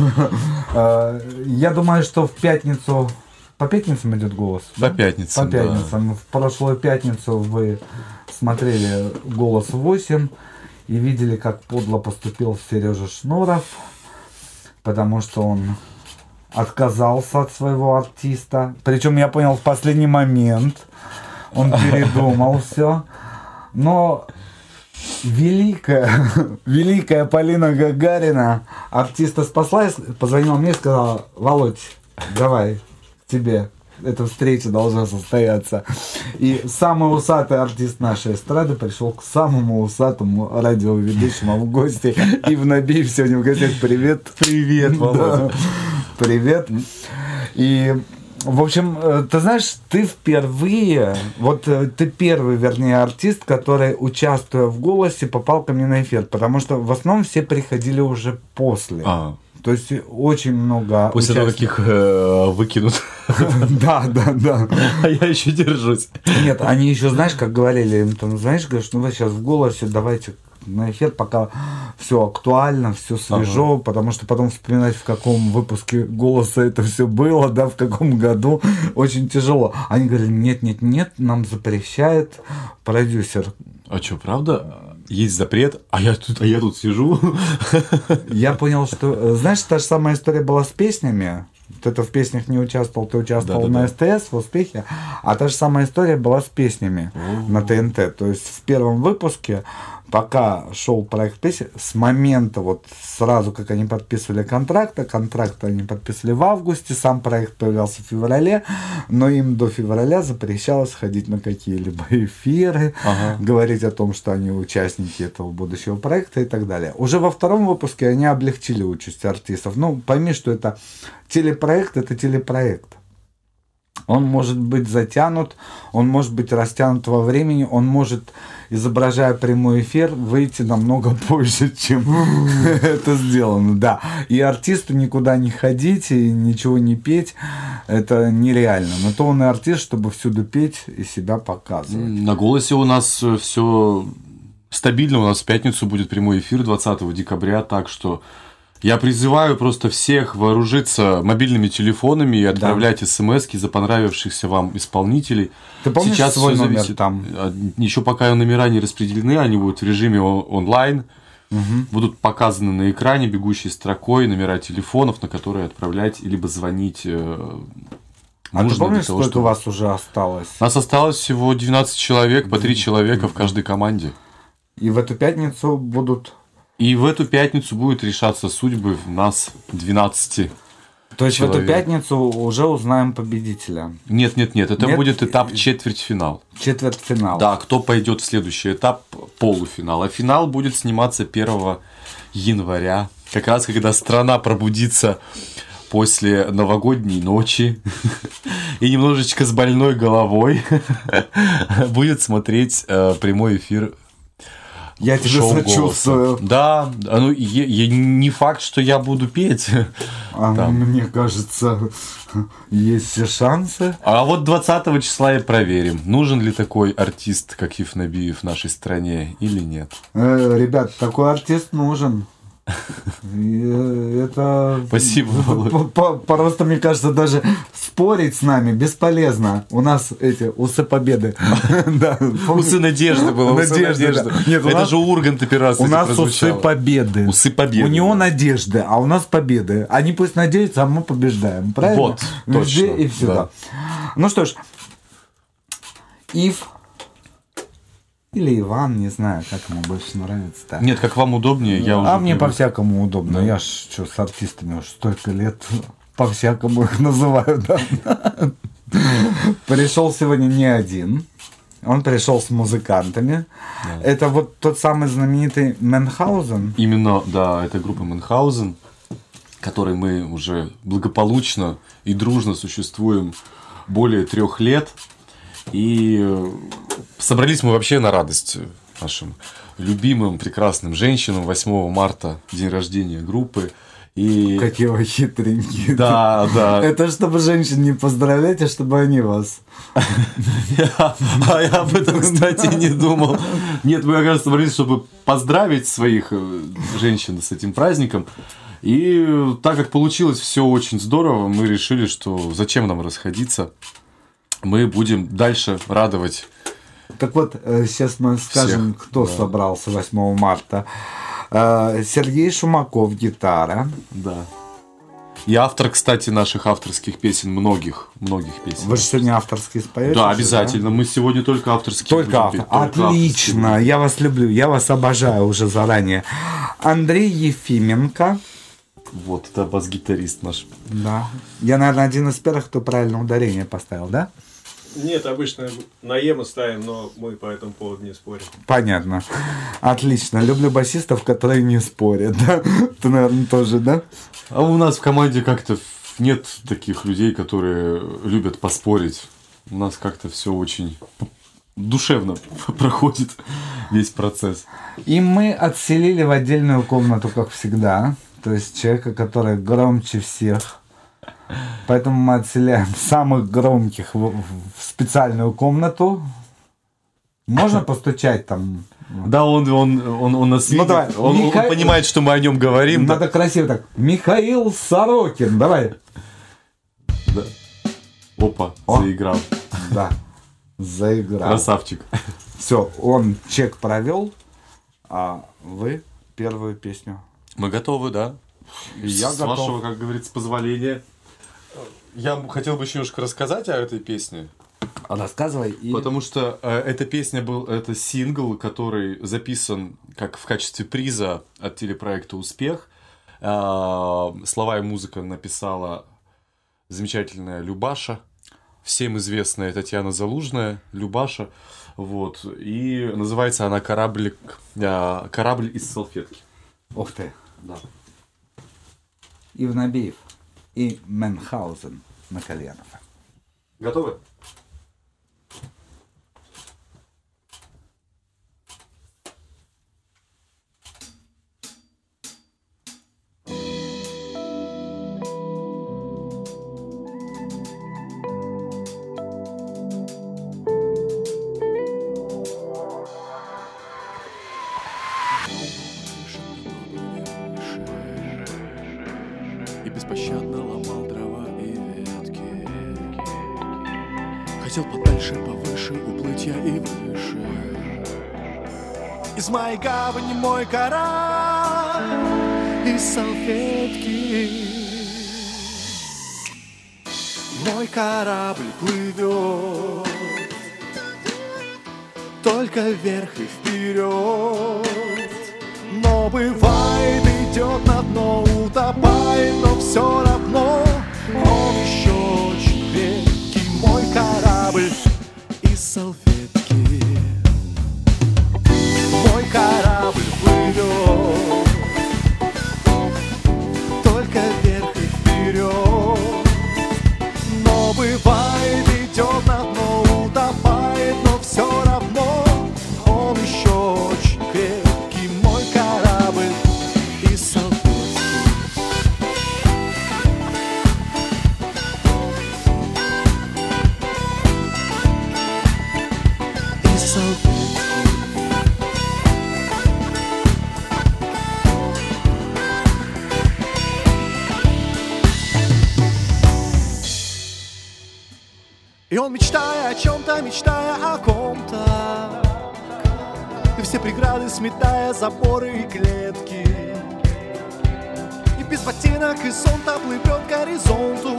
Я думаю, что в пятницу... По пятницам идет голос? По пятницам, По пятницам. В прошлую пятницу вы смотрели «Голос восемь» и видели, как подло поступил Сережа Шнуров, потому что он отказался от своего артиста. Причем, я понял, в последний момент он передумал все. Но великая, великая Полина Гагарина артиста спасла, позвонила мне и сказала: Володь, давай, тебе эта встреча должна состояться. И самый усатый артист нашей эстрады пришел к самому усатому радиоведущему в гости. И в Набиев сегодня в гостях. Привет. Привет, Володя. Да. Привет. И, в общем, ты знаешь, ты впервые, вот ты первый, вернее, артист, который, участвуя в «Голосе», попал ко мне на эфир. Потому что в основном все приходили уже после. А. То есть очень много После того, как их э, выкинут. Да, да, да. А я еще держусь. Нет, они еще, знаешь, как говорили, им там, знаешь, говоришь, ну вы сейчас в «Голосе», давайте на эфир, пока все актуально, все свежо, ага. Потому что потом вспоминать, в каком выпуске «Голоса» это все было, да, в каком году, очень тяжело. Они говорили: нет, нет, нет, нам запрещает продюсер. А что, правда? Есть запрет, а я тут, а я тут сижу. Я понял, что... Знаешь, та же самая история была с песнями. Ты это в песнях не участвовал, ты участвовал да, да, на да. СТС, в «Успехе». А та же самая история была с песнями У-у-у. на ТНТ. То есть в первом выпуске, пока шел проект песен, с момента вот сразу, как они подписывали контракты, контракты они подписывали в августе, сам проект появлялся в феврале, но им до февраля запрещалось ходить на какие-либо эфиры, ага. говорить о том, что они участники этого будущего проекта и так далее. Уже во втором выпуске они облегчили участь артистов. Ну, пойми, что это телепроект, это телепроект. Он может быть затянут, он может быть растянут во времени, он может, изображая прямой эфир, выйти намного позже, чем это сделано. Да. И артисту никуда не ходить и ничего не петь, это нереально. Но то он и артист, чтобы всюду петь и себя показывать. На «Голосе» у нас все стабильно, у нас в пятницу будет прямой эфир двадцатого декабря, так что Я призываю просто всех вооружиться мобильными телефонами и отправлять да. смс-ки за понравившихся вам исполнителей. Ты помнишь Сейчас свой все номер зависит. там? Еще пока номера не распределены, они будут в режиме онлайн. Угу. Будут показаны на экране бегущей строкой номера телефонов, на которые отправлять либо звонить. А ты помнишь, того, сколько чтобы... у вас уже осталось? У нас осталось всего двенадцать человек, по три человека в каждой команде. И в эту пятницу будут... И в эту пятницу будет решаться судьбы нас двенадцати. То есть человек. в эту пятницу уже узнаем победителя? Нет, нет, нет, это нет? будет этап четвертьфинал. Четвертьфинал. Да, кто пойдет в следующий этап, полуфинал. А финал будет сниматься первого января, как раз когда страна пробудится после новогодней ночи и немножечко с больной головой будет смотреть прямой эфир. Я тебе сочувствую. Да, ну я, я, не факт, что я буду петь. А мне кажется, есть все шансы. А вот двадцатого числа и проверим, нужен ли такой артист, как Евнабиев, в нашей стране или нет. Э, ребят, такой артист нужен. Это... Спасибо, Володь. Просто, мне кажется, даже спорить с нами бесполезно. У нас эти усы победы. Усы надежды было. Надежда. Это же у Урганта первый раз у нас усы победы. Усы победы. У него надежды, а у нас победы. Они пусть надеются, а мы побеждаем. Правильно? Вот, везде точно. И всегда. Ну что ж, Ив... Или Иван, не знаю, как ему больше нравится. Нет, как вам удобнее, я уже... А мне по-всякому удобно. Да. Я ж что, с артистами уже столько лет по-всякому их называю. Да? Пришел сегодня не один. Он пришел с музыкантами. Да. Это вот тот самый знаменитый Мюнхгаузен. Именно, да, это группа Мюнхгаузен, которой мы уже благополучно и дружно существуем более трех лет. И собрались мы вообще на радость нашим любимым, прекрасным женщинам. восьмого марта, день рождения группы. И... Какие вы хитренькие. Да, да. Это чтобы женщин не поздравлять, а чтобы они вас. А я об этом, кстати, не думал. Нет, мы, оказывается, собрались, чтобы поздравить своих женщин с этим праздником. И так как получилось все очень здорово, мы решили, что зачем нам расходиться. Мы будем дальше радовать. Так вот, сейчас мы скажем, всех, кто да. собрался восьмого марта. Сергей Шумаков, гитара. Да. И автор, кстати, наших авторских песен, многих, многих песен. Вы же сегодня авторские споете? Да, обязательно. Да? Мы сегодня только авторские. Только автор. Отлично. Авторские. Я вас люблю, я вас обожаю уже заранее. Андрей Ефименко. Вот, это бас-гитарист наш. Да. Я, наверное, один из первых, кто правильно ударение поставил, да? Нет, обычно на Е мы ставим, но мы по этому поводу не спорим. Понятно. Отлично. Люблю басистов, которые не спорят. Да? Ты, наверное, тоже, да? А у нас в команде как-то нет таких людей, которые любят поспорить. У нас как-то все очень душевно проходит весь процесс. И мы отселили в отдельную комнату, как всегда. То есть человека, который громче всех. Поэтому мы отселяем самых громких в, в специальную комнату. Можно постучать там? Да, он, он, он, он нас видит. Ну, давай. Он, Миха... он понимает, что мы о нем говорим. Надо да. красиво так. Михаил Сорокин, давай. Да. Опа, О. заиграл. Да, заиграл. Красавчик. Все, он чек провел, а вы первую песню. Мы готовы, да? Я С готов. вашего, как говорится, позволения. Я хотел бы еще немножко рассказать о этой песне. Рассказывай. И... Потому что э, эта песня был, это сингл, который записан как в качестве приза от телепроекта «Успех». Э, слова и музыка написала замечательная Любаша, всем известная Татьяна Залужная, Любаша. Вот. И называется она «Кораблик, э, «Корабль из салфетки». Ух ты. Да. Евнабиев и Мюнхгаузен на Кальянов. Готовы? беспощадно ломал дрова и ветки. Хотел подальше, повыше уплыть я и выше. Из моей гавани мой корабль, из салфетки. Мой корабль плывет только вверх и вперед. Но бывает идет на дно, утопает, но все равно он еще очень крепкий. Мой корабль из салфетки. Мой корабль плывет только вверх и вперед. Но бывает идет на дно, утопает, но все равно он еще очень крепкий. Мой корабль из салфетки. Из салфетки. И он, мечтая о чем-то, мечтая о ком-то, и все преграды сметая, заборы и клетки, и без ботинок и зонта плывет к горизонту.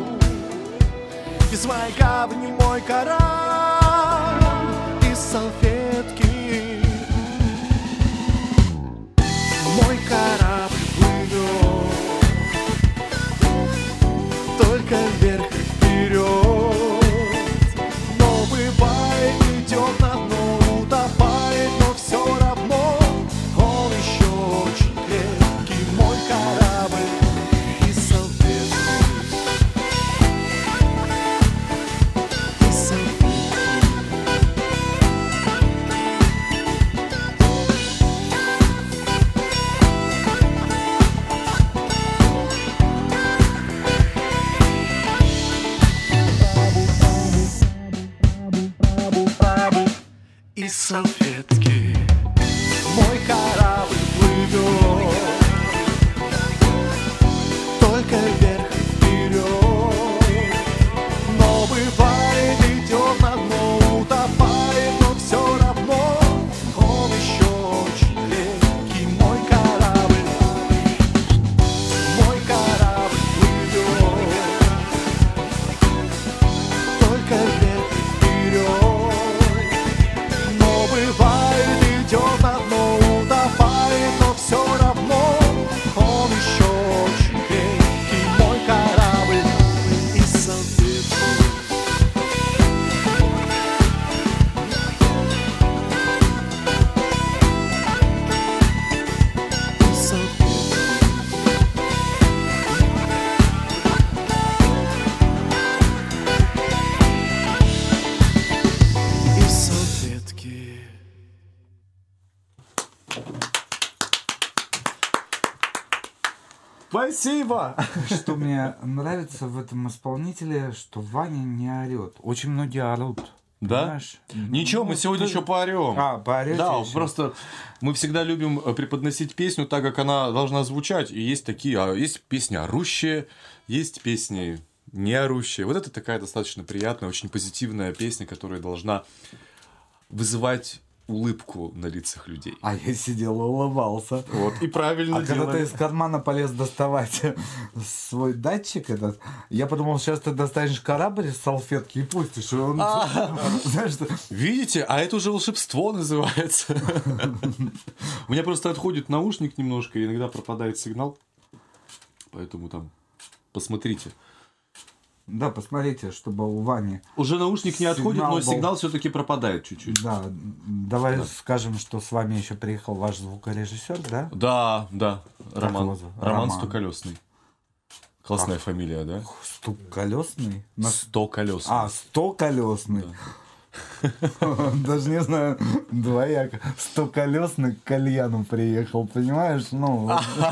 Из моей гавани мой корабль из салфетки. Мой корабль плывет только вверх и вперед. Идет на дно, утопает, но все равно он еще очень крепкий. Мой корабль из салфетки. Из салфетки. Из салфетки. Мой корабль плывет только вверх и вперед. Но бывает идет на дно, утопает, но все равно он еще очень крепкий. Мой корабль, мой корабль плывет только вверх и вперед. Бывает идет на дно, утопает, но все равно он еще очень крепкий. Мой корабль из салфетки. Из салфетки. Из салфетки. Спасибо! Что мне нравится в этом исполнителе, что Ваня не орет. Очень многие орут. Да? Понимаешь? Ничего, Ну, мы сегодня ты- еще поорем. А, поорете Да, еще? просто мы всегда любим преподносить песню так, как она должна звучать. И есть такие, а есть песни орущие, есть песни не орущие. Вот это такая достаточно приятная, очень позитивная песня, которая должна вызывать улыбку на лицах людей. А я сидел и улыбался. Вот, и правильно А когда ты делали. из кармана полез доставать свой датчик этот, я подумал, сейчас ты достанешь корабль из салфетки и пустишь. И он... Знаешь, что... Видите, а это уже волшебство называется. У меня просто отходит наушник немножко, и иногда пропадает сигнал. Поэтому там посмотрите. Да, посмотрите, чтобы у Вани... Уже наушник не отходит, сигнал но был. сигнал все-таки пропадает чуть-чуть. Да, давай Да. скажем, что с вами еще приехал ваш звукорежиссер, да? Да, да. Как Роман. его зовут? Роман Роман. Стоколесный. Классная Как? фамилия, да? Стоколесный? Стоколесный. А, стоколесный. Даже не знаю, двояко. Стоколесный к кальяну приехал, понимаешь? Ну.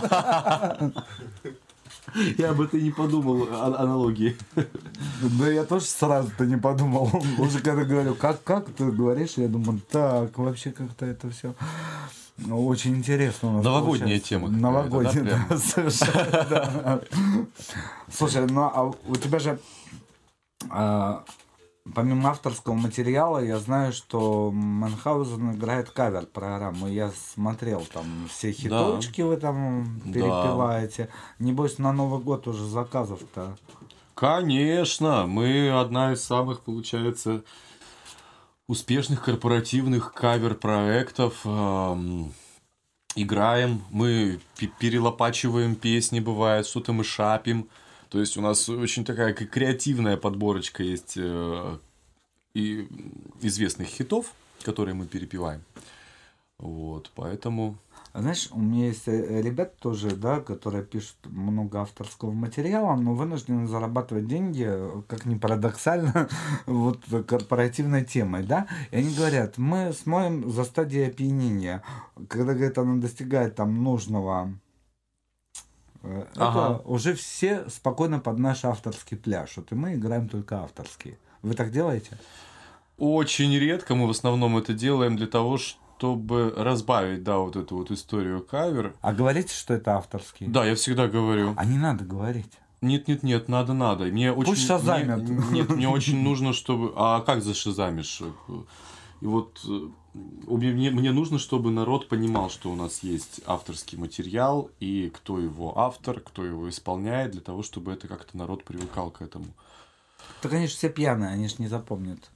Я об этом не подумал, а- аналогии. Да я тоже сразу-то не подумал. Уже когда говорю, как, как ты говоришь, я думаю, так, вообще как-то это все Ну, очень интересно у нас Новогодняя получается. тема. Новогодняя, да, да, совершенно, да. Слушай, ну а у тебя же а, помимо авторского материала, я знаю, что Мюнхгаузен играет кавер-программу. Я смотрел там все хиточки, да. Вы там перепеваете. Да. Небось, на Новый год уже заказов-то. Конечно, мы одна из самых, получается, успешных корпоративных кавер-проектов. Эм, играем, мы перелопачиваем песни, бывает, что-то мы шапим. То есть у нас очень такая креативная подборочка есть э, и известных хитов, которые мы перепеваем. Вот, поэтому... Знаешь, у меня есть ребята тоже, да, которые пишут много авторского материала, но вынуждены зарабатывать деньги, как ни парадоксально, вот корпоративной темой, да. И они говорят, мы смотрим за стадией опьянения, когда, говорит, она достигает там нужного, это ага. уже все спокойно под наш авторский пляж, вот и мы играем только авторские. Вы так делаете? Очень редко, мы в основном это делаем для того, что чтобы разбавить, да, вот эту вот историю кавер. А говорите, что это авторский? Да, я всегда говорю. А не надо говорить. Нет, нет, нет, надо, надо. Мне Пусть очень, шазамят. Мне, нет, мне очень нужно, чтобы... А как зашазамишь? И вот мне, мне нужно, чтобы народ понимал, что у нас есть авторский материал, и кто его автор, кто его исполняет, для того, чтобы это как-то народ привыкал к этому. Да, конечно, все пьяные, они ж не запомнят.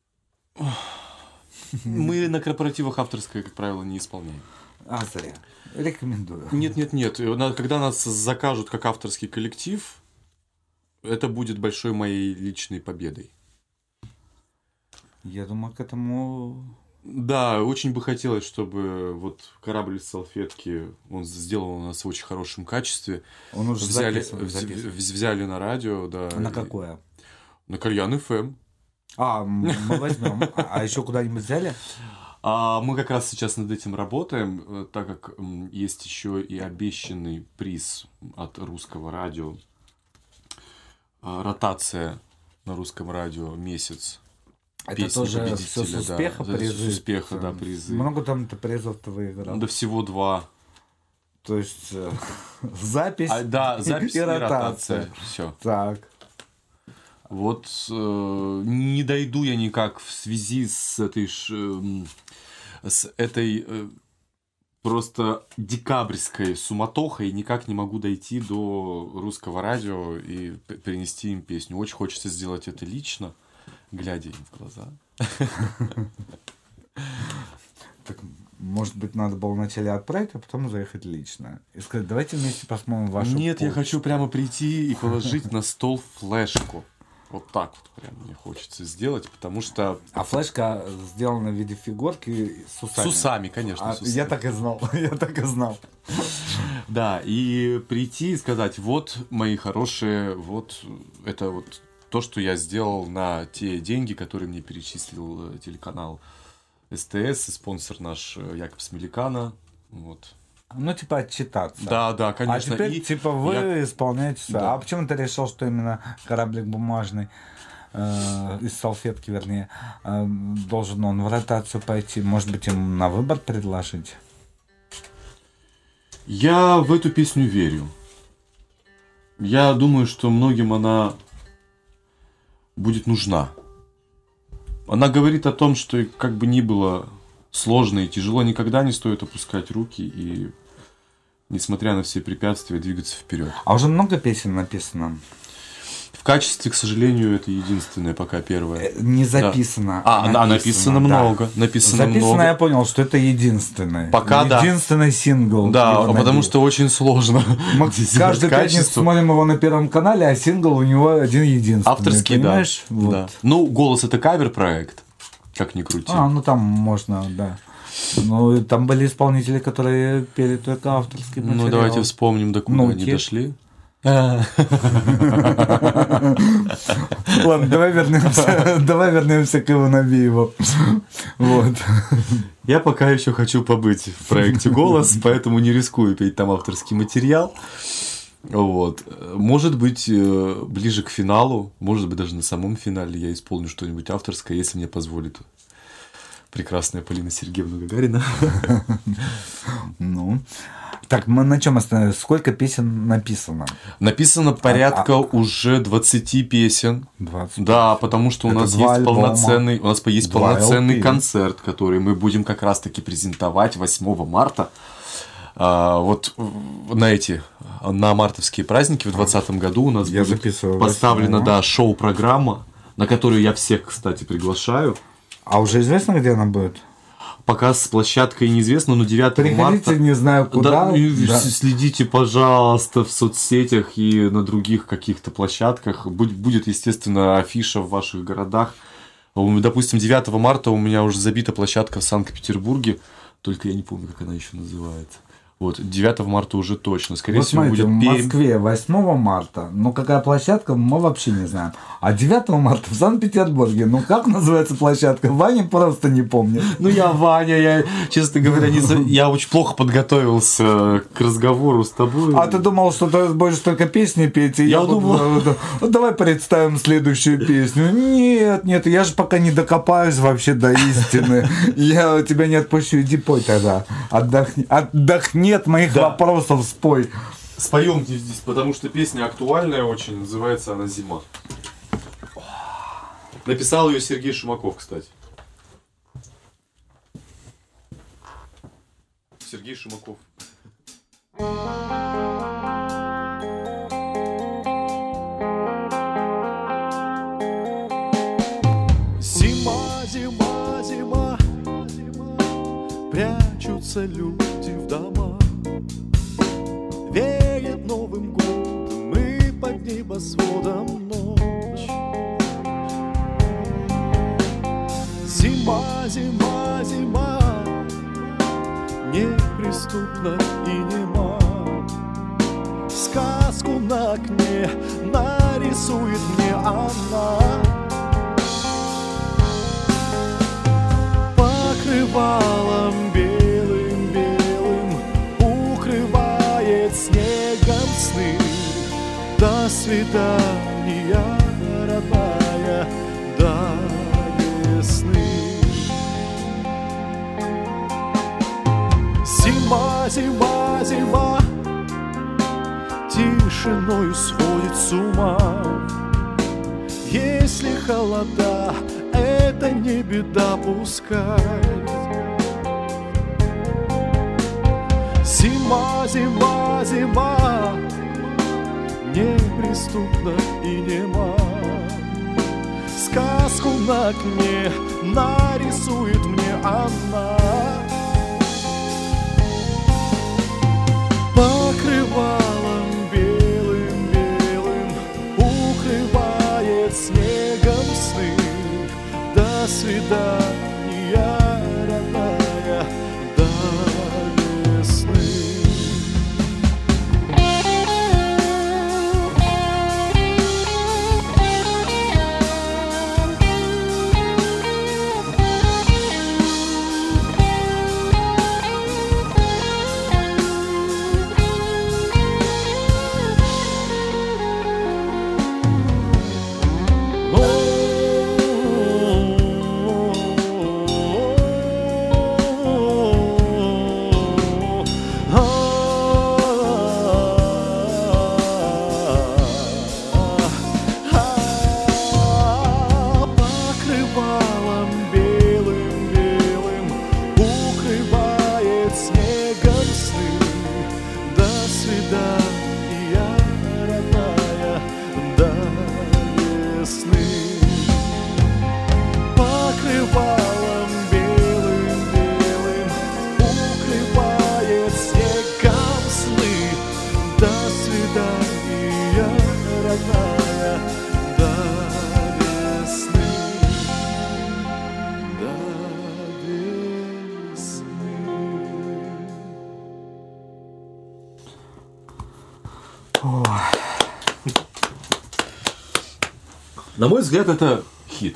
Мы на корпоративах авторское, как правило, не исполняем. А, зря. Рекомендую. Нет, нет, нет. Когда нас закажут как авторский коллектив, это будет большой моей личной победой. Я думаю, к этому... Да, очень бы хотелось, чтобы вот корабль из салфетки, он сделан у нас в очень хорошем качестве. Он уже взяли, записан, записан. Взяли на радио, да. А на какое? На Кальян эф эм. А, мы возьмем. А еще куда-нибудь взяли? А мы как раз сейчас над этим работаем, так как есть еще и обещанный приз от русского радио. Ротация на русском радио месяц. Это тоже все с успеха да, призы? С успеха, да, призы. Много там-то призов-то выиграл? Да всего два. То есть запись, а, да, запись и, и ротация. ротация. Все. Так. Вот э, не дойду я никак в связи с этой, э, с этой э, просто декабрьской суматохой, никак не могу дойти до русского радио и принести им песню. Очень хочется сделать это лично, глядя им в глаза. Так, может быть, надо было вначале отправить, а потом заехать лично. И сказать, давайте вместе посмотрим вашу Нет, почту. Я хочу прямо прийти и положить на стол флешку. Вот так вот прям мне хочется сделать, потому что... А флешка сделана в виде фигурки с усами. С усами, конечно. А, с усами. Я так и знал, я так и знал. Да, и прийти и сказать, вот, мои хорошие, вот, это вот то, что я сделал на те деньги, которые мне перечислил телеканал СТС, и спонсор наш Якоб Смеликана, вот. Ну, типа, отчитаться. Да, да, конечно. А теперь, и типа, вы я... исполняете все. Да. А почему ты решил, что именно кораблик бумажный, э, из салфетки, вернее, э, должен он в ротацию пойти? Может быть, им на выбор предложить? Я в эту песню верю. Я думаю, что многим она будет нужна. Она говорит о том, что как бы ни было сложно и тяжело, никогда не стоит опускать руки и, несмотря на все препятствия, двигаться вперед. А уже много песен написано? В качестве, к сожалению, это единственное пока первое. Не записано. Да. А, написано, написано да. много. Написано, записано, много. Я понял, что это единственное. Пока да. Единственный сингл. Да, потому что очень сложно. Мы каждую пятницу смотрим его на Первом канале, а сингл у него один единственный. Авторский, понимаешь? Да. Вот. да. Ну, «Голос» — это кавер-проект, как ни крути. А, ну там можно, да. Ну, там были исполнители, которые пели только авторский материал. Ну, давайте вспомним, до куда ну, они те... дошли. Ладно, давай вернемся, давай вернемся к Ивану Набиеву. Вот. Я пока еще хочу побыть в проекте «Голос», поэтому не рискую петь там авторский материал. Вот. Может быть, ближе к финалу, может быть, даже на самом финале я исполню что-нибудь авторское, если мне позволит прекрасная Полина Сергеевна Гагарина. Ну, так, мы на чем остановились? Сколько песен написано? Написано порядка а, а... уже двадцать песен. двадцать Да, потому что у Это нас есть альбома. полноценный, у нас есть Два полноценный эл пи. концерт, который мы будем как раз-таки презентовать восьмого марта. А, вот на эти, на мартовские праздники в двадцатом году у нас Я будет записываю поставлена, восьмого. да, шоу-программа, на которую я всех, кстати, приглашаю. А уже известно, где она будет? Пока с площадкой неизвестно, но девятого Приходите, марта... не знаю куда. Да, и Да. Следите, пожалуйста, в соцсетях и на других каких-то площадках. Будет, будет, естественно, афиша в ваших городах. Допустим, девятого марта у меня уже забита площадка в Санкт-Петербурге, только я не помню, как она еще называется. Вот, девятого марта уже точно. Скорее Вот всего, смотрите, будет в Пермь. Москве восьмого марта, ну какая площадка, мы вообще не знаем. А девятого марта в Санкт-Петербурге, ну как называется площадка, Ваня просто не помнит. Ну я Ваня, я, честно говоря, не за... я очень плохо подготовился к разговору с тобой. А ты думал, что ты будешь только песни петь? И Я я думал- думал, давай представим следующую песню. Нет, нет, я же пока не докопаюсь вообще до истины. Я тебя не отпущу, иди пой тогда. Отдохни, отдохни от моих Да. вопросов, спой. Споем здесь, потому что песня актуальная очень, называется она «Зима». Написал ее Сергей Шумаков, кстати. Сергей Шумаков. Зима, зима, зима, прячутся люди в дома. Веет Новым годом и под небосводом ночь. Зима, зима, зима, неприступна и нема. Сказку на окне нарисует мне она. Покрывалом белым-белым укрывает снегом сны. До свидания, родная, до весны. Зима, зима, зима тишиною сводит с ума. Если холода, это не беда, пускай. Зима, зима, зима неприступна и нема. Сказку на окне нарисует мне она. Покрывалом белым-белым укрывает снегом сны. До свидания, родная, до весны. Покрывалом белым-белым укрывает снегом сны. До свидания, родная, до весны. Покрывалом белым-белым укрывает снегом сны. До свидания, родная, до весны. До весны. На мой взгляд, это хит.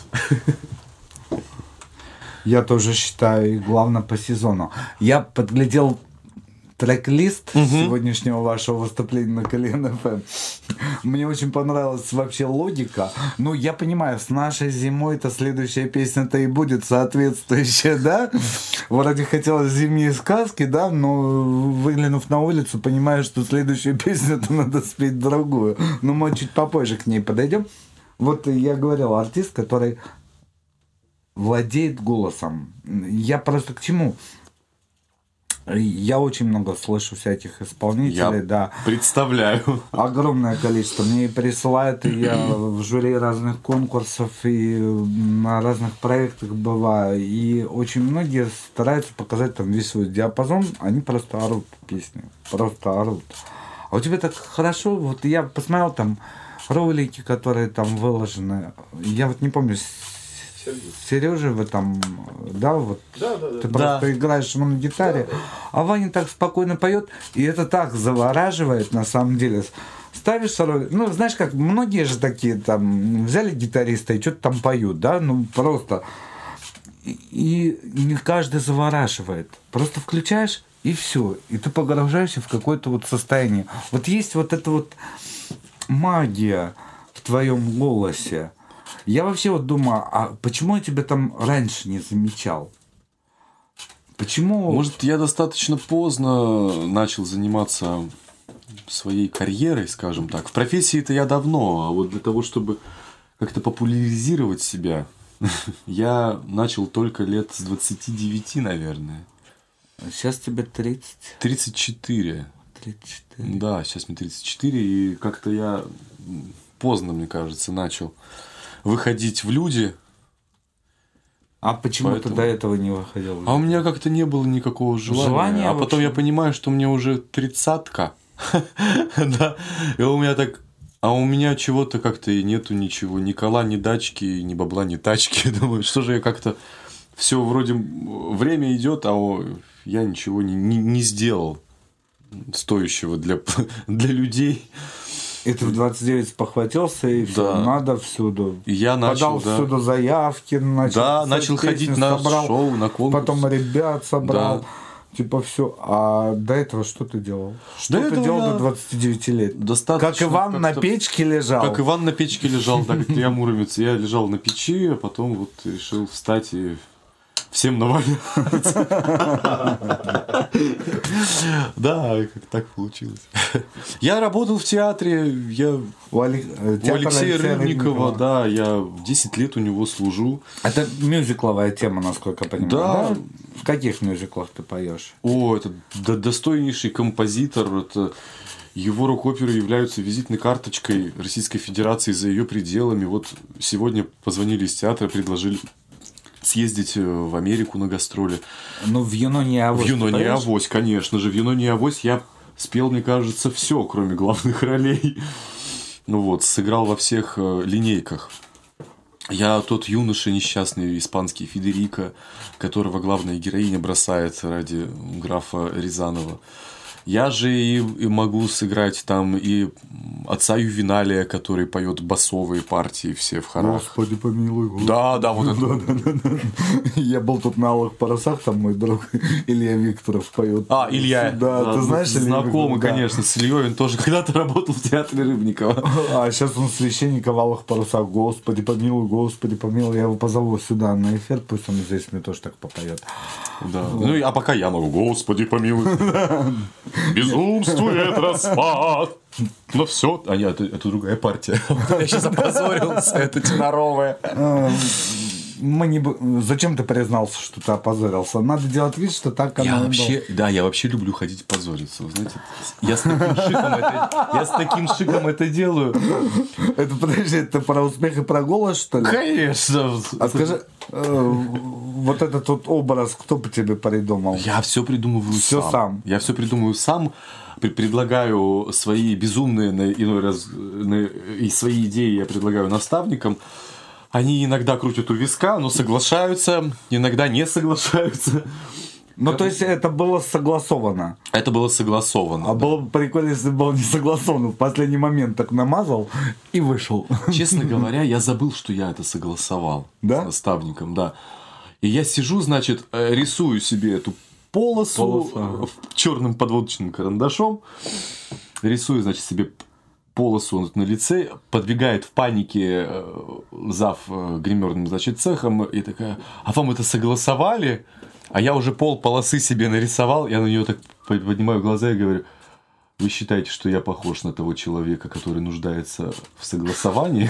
Я тоже считаю, и главное по сезону. Я подглядел трек-лист угу. сегодняшнего вашего выступления на Кальян эф эм. Мне очень понравилась вообще логика. Ну, я понимаю, с нашей зимой-то следующая песня-то и будет соответствующая, да? Вроде хотелось зимние сказки, да, но выглянув на улицу, понимаю, что следующую песню-то надо спеть другую. Но мы чуть попозже к ней подойдем. Вот я говорил, артист, который владеет голосом. Я просто к чему? Я очень много слышу всяких исполнителей, я да. Представляю. Огромное количество. Мне и присылают, и я в жюри разных конкурсов, и на разных проектах бываю. И очень многие стараются показать там весь свой диапазон, они просто орут песни. Просто орут. А у тебя так хорошо, вот я посмотрел там ролики, которые там выложены. Я вот не помню, Сережа вы там, да, вот да, да, да. ты Да. просто играешь ему на гитаре, да, да. А Ваня так спокойно поет, и это так завораживает на самом деле. Ставишь ролик, ну знаешь как, многие же такие там взяли гитариста и что-то там поют, да, ну просто. И не каждый завораживает. Просто включаешь и все, и ты погружаешься в какое-то вот состояние. Вот есть вот эта вот магия в твоем голосе. Я вообще вот думаю, а почему я тебя там раньше не замечал? Почему? Может, я достаточно поздно начал заниматься своей карьерой, скажем так. В профессии-то я давно, а вот для того, чтобы как-то популяризировать себя, я начал только лет с двадцати девяти, наверное. Сейчас тебе тридцать? тридцать четыре. тридцать четыре. Да, сейчас мне тридцать четыре, и как-то я поздно, мне кажется, начал выходить в люди. А почему Поэтому... ты до этого не выходил? А у меня как-то не было никакого желания. Желания а потом вообще? Я понимаю, что мне уже тридцатка. Да. И у меня так... А у меня чего-то как-то и нету ничего. Ни кола, ни дачки, ни бабла, ни тачки. Думаю, что же я как-то... Все вроде время идет, а я ничего не, не, не сделал стоящего для, для людей. И ты в двадцать девять похватился, и все, да. Надо всюду. И я начал, подал да. всюду заявки, начал, да, начал ходить на собрал, шоу, на конкурс. Потом ребят собрал. Да. Типа все. А до этого что ты делал? Что до ты делал я... до двадцати девяти лет? Достаточно. Как Иван на печке лежал. Как Иван на печке лежал, да, как Илья Муромец. Я лежал на печи, а потом вот решил встать и всем навалить. Да, как так получилось. Я работал в театре, я у Алексея Рыбникова, да, я десять лет у него служу. Это мюзикловая тема, насколько я понимаю. Да. В каких мюзиклах ты поешь? О, это достойнейший композитор, это... Его рок-оперы являются визитной карточкой Российской Федерации за ее пределами. Вот сегодня позвонили из театра, предложили съездить в Америку на гастроли. Ну, в Юноне и Авось. В Юноне и Авось, конечно же. В Юноне и Авось я спел, мне кажется, все, кроме главных ролей. Ну вот, сыграл во всех линейках. Я тот юноша несчастный испанский Федерико, которого главная героиня бросает ради графа Рязанова. Я же и, и могу сыграть там и отца Ювеналия, который поет басовые партии все в хорах. Господи помилуй. Господи. Да, да, вот это. Да, да, да. Я был тут на Алых парусах, там мой друг Илья Викторов поет. А, Илья. Да, да, ты знаешь, знакомый, да. Конечно, с Ильей, он тоже когда-то работал в театре Рыбникова. А сейчас он священник в Алых парусах. Господи помилуй, Господи помилуй. Я его позову сюда на эфир, пусть он здесь мне тоже так попоет. Да. Вот. Ну, а пока я могу. Господи помилуй. Безумствует распад. Но все. А нет, это, это другая партия. Я сейчас опозорился. Это теноровая. Мы не... Зачем ты признался, что ты опозорился? Надо делать вид, что так оно я и вообще, было. Да, я вообще люблю ходить позориться. Вы знаете, я с таким шиком это, я с таким шиком это делаю. Это, подожди, это про успех и про голос, что ли? Конечно. А скажи, э, вот этот вот образ, кто бы тебе придумал? Я все придумываю все сам. сам. Я все придумываю сам. Предлагаю свои безумные, иной раз, и свои идеи я предлагаю наставникам. Они иногда крутят у виска, но соглашаются, иногда не соглашаются. Ну, то есть, это было согласовано? Это было согласовано. А да. Было бы прикольно, если было не согласовано. В последний момент так намазал и вышел. Честно говоря, я забыл, что я это согласовал. Да? С наставником, да. И я сижу, значит, рисую себе эту полосу, Полоса. черным подводочным карандашом, рисует, значит, себе полосу на лице, подбегает в панике э, зав э, гримерным, значит, цехом и такая: а вам это согласовали? А я уже пол полосы себе нарисовал, я на нее так поднимаю глаза и говорю: вы считаете, что я похож на того человека, который нуждается в согласовании?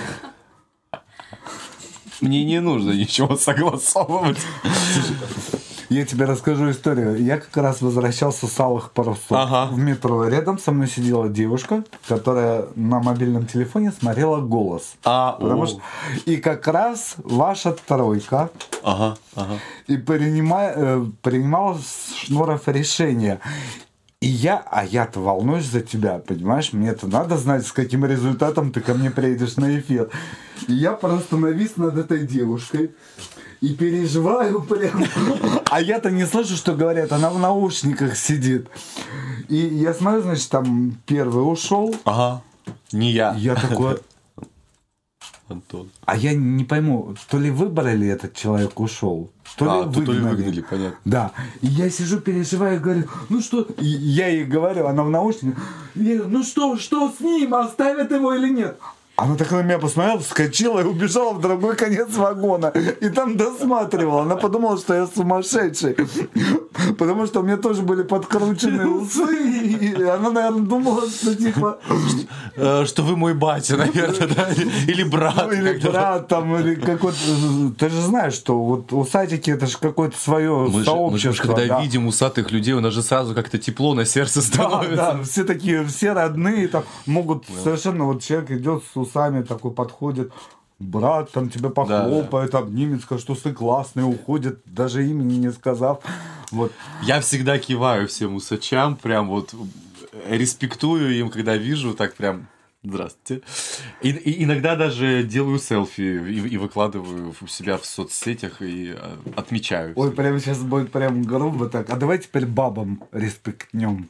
Мне не нужно ничего согласовывать. Я тебе расскажу историю. Я как раз возвращался с Алых Парусов. Ага. В метро рядом со мной сидела девушка, которая на мобильном телефоне смотрела «Голос». А, Потому о. что... И как раз ваша тройка Ага, ага. и принима... э, принимала с Шнуров решение. И я, а я-то волнуюсь за тебя, понимаешь? Мне-то надо знать, с каким результатом ты ко мне приедешь на эфир. И я просто навис над этой девушкой и переживаю прям. А я-то не слышу, что говорят, она в наушниках сидит. И я смотрю, значит, там первый ушел. Ага, не я. Я такой... Антон. А я не пойму, то ли выбрали этот человек ушел, то а, ли выгнали. То ли выгнали, понятно. Да. И я сижу, переживаю, и говорю: ну что? И я ей говорю, она в наушниках. Я говорю: ну что, что с ним? Оставят его или нет? Она так на меня посмотрела, вскочила и убежала в другой конец вагона. И там досматривала. Она подумала, что я сумасшедший. Потому что у меня тоже были подкрученные усы. И она, наверное, думала, что типа... Что вы мой батя, наверное, да? Или брат. Или брат, там, или какой-то... Ты же знаешь, что вот усатики — это же какое-то свое мы сообщество. Же, мы же, когда да? видим усатых людей, у нас же сразу как-то тепло на сердце становится. Да, да, все такие, все родные там могут да. совершенно... Вот человек идет с усами, такой подходит, брат там тебя похлопает, да, да. обнимет, скажет, что ты классный, уходит, даже имени не сказав. Вот. Я всегда киваю всем усачам, прям вот респектую им, когда вижу, так прям... Здравствуйте. И, и иногда даже делаю селфи и, и выкладываю у себя в соцсетях и отмечаю. Ой, прямо сейчас будет прям грубо так. А давай теперь бабам респектнем.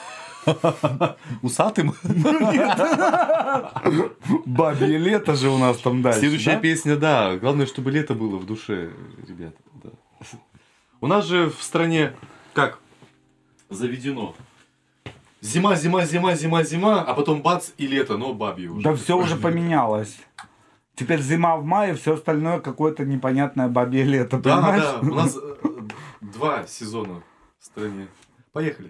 Усатым? Бабье лето же у нас там дальше. Следующая да? песня, да. Главное, чтобы лето было в душе, ребята. Да. У нас же в стране как заведено? Зима, зима, зима, зима, зима, а потом бац и лето, но бабье уже. Да все уже поменялось. Теперь зима в мае, все остальное какое-то непонятное бабье лето. Да, понимаешь? да. У нас два сезона в стране. Поехали.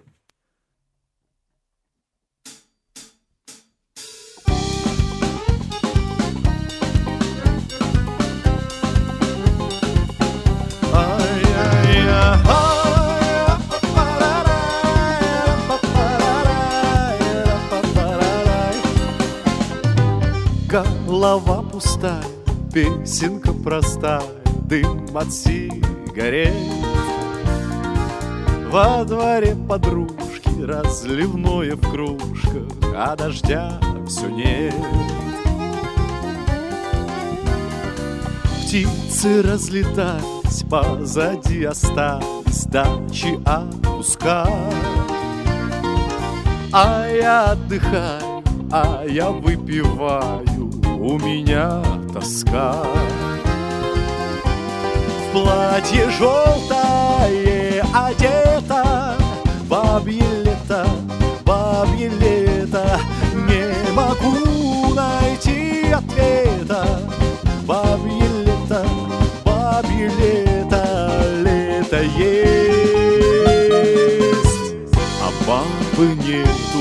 Голова пустая, песенка простая, дым от сигарет. Во дворе подружки, разливное в кружках, а дождя все нет. Птицы разлетались, позади остались дачи отпуска. А я отдыхаю, а я выпиваю, у меня тоска. В платье желтое одета, бабье лето, бабье лето, не могу найти ответа. Бабье лето, бабье лето, лето есть, а бабы нету.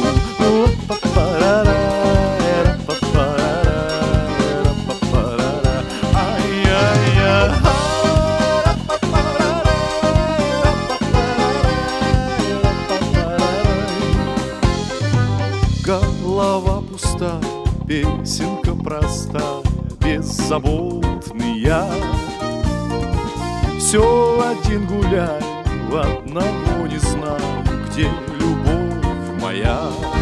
Голова пустая, песенка простая, беззаботный я. Все один гуляю, одного не знаю, где любовь моя.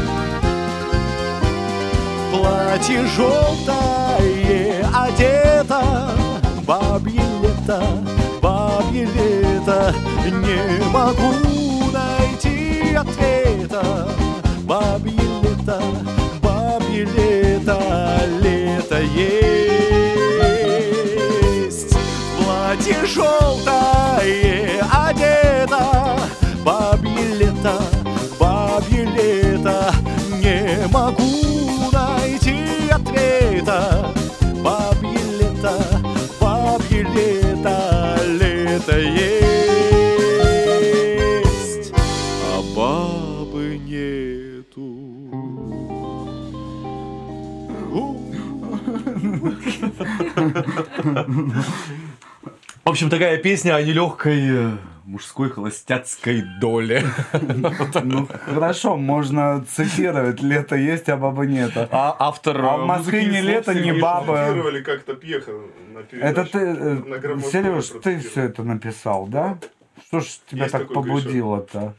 Платье желтое одета, бабье лето, бабье лето, не могу найти ответа. Бабье лето, бабье лето, лето есть. Платье желтое одета, папы нету. В общем, такая песня о нелегкой мужской холостяцкой доле. Ну, хорошо, можно цитировать. Лето есть, а бабы нет. А автор А в Москве ни лето, ни бабы. Цитировали как-то Пьеха на передаче. Это ты, Сереж, ты все это написал, да? Что ж тебя так побудило-то?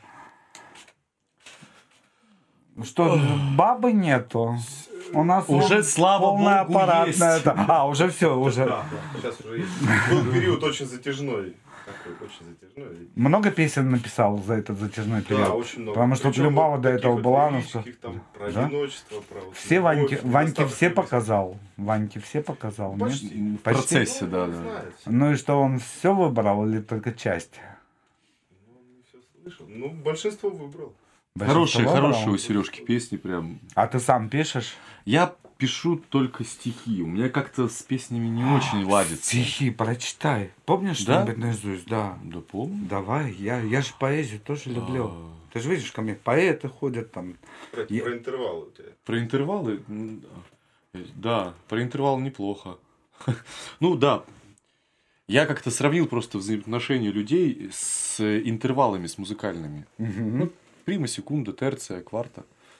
Что, бабы нету? У нас уже, вот слава полная богу, аппаратная. есть. А, уже все, уже. Да, да, сейчас уже есть. Был период очень затяжной. Такой, очень затяжной. Много песен написал за этот затяжной период? Да, очень много. Потому что Причем Любава вот до этого вот была. Ну, лирических, там, про да? одиночество, про вот все любовь, Ваньки, Ваньки достаточно все песен. показал. Ваньки все показал, Почти. нет? В процессе, да, да. Ну и что, он все выбрал или только часть? Ну, не все слышал. Ну, большинство выбрал. Хорошие, Большинство выбрал? хорошие у Сережки песни прям. А ты сам пишешь? Я пишу только стихи. У меня как-то с песнями не очень ладится. Стихи прочитай. Помнишь Да? что-нибудь наизусть? Да. Да помню. Давай, я, я же поэзию тоже люблю. Ты же видишь, ко мне поэты ходят там. Про, Я- про интервалы у тебя. Про интервалы? М, Да, про интервал неплохо. Ну да. Я как-то сравнил просто взаимоотношения людей с интервалами, с музыкальными. Ну, прима, секунда, терция, кварта.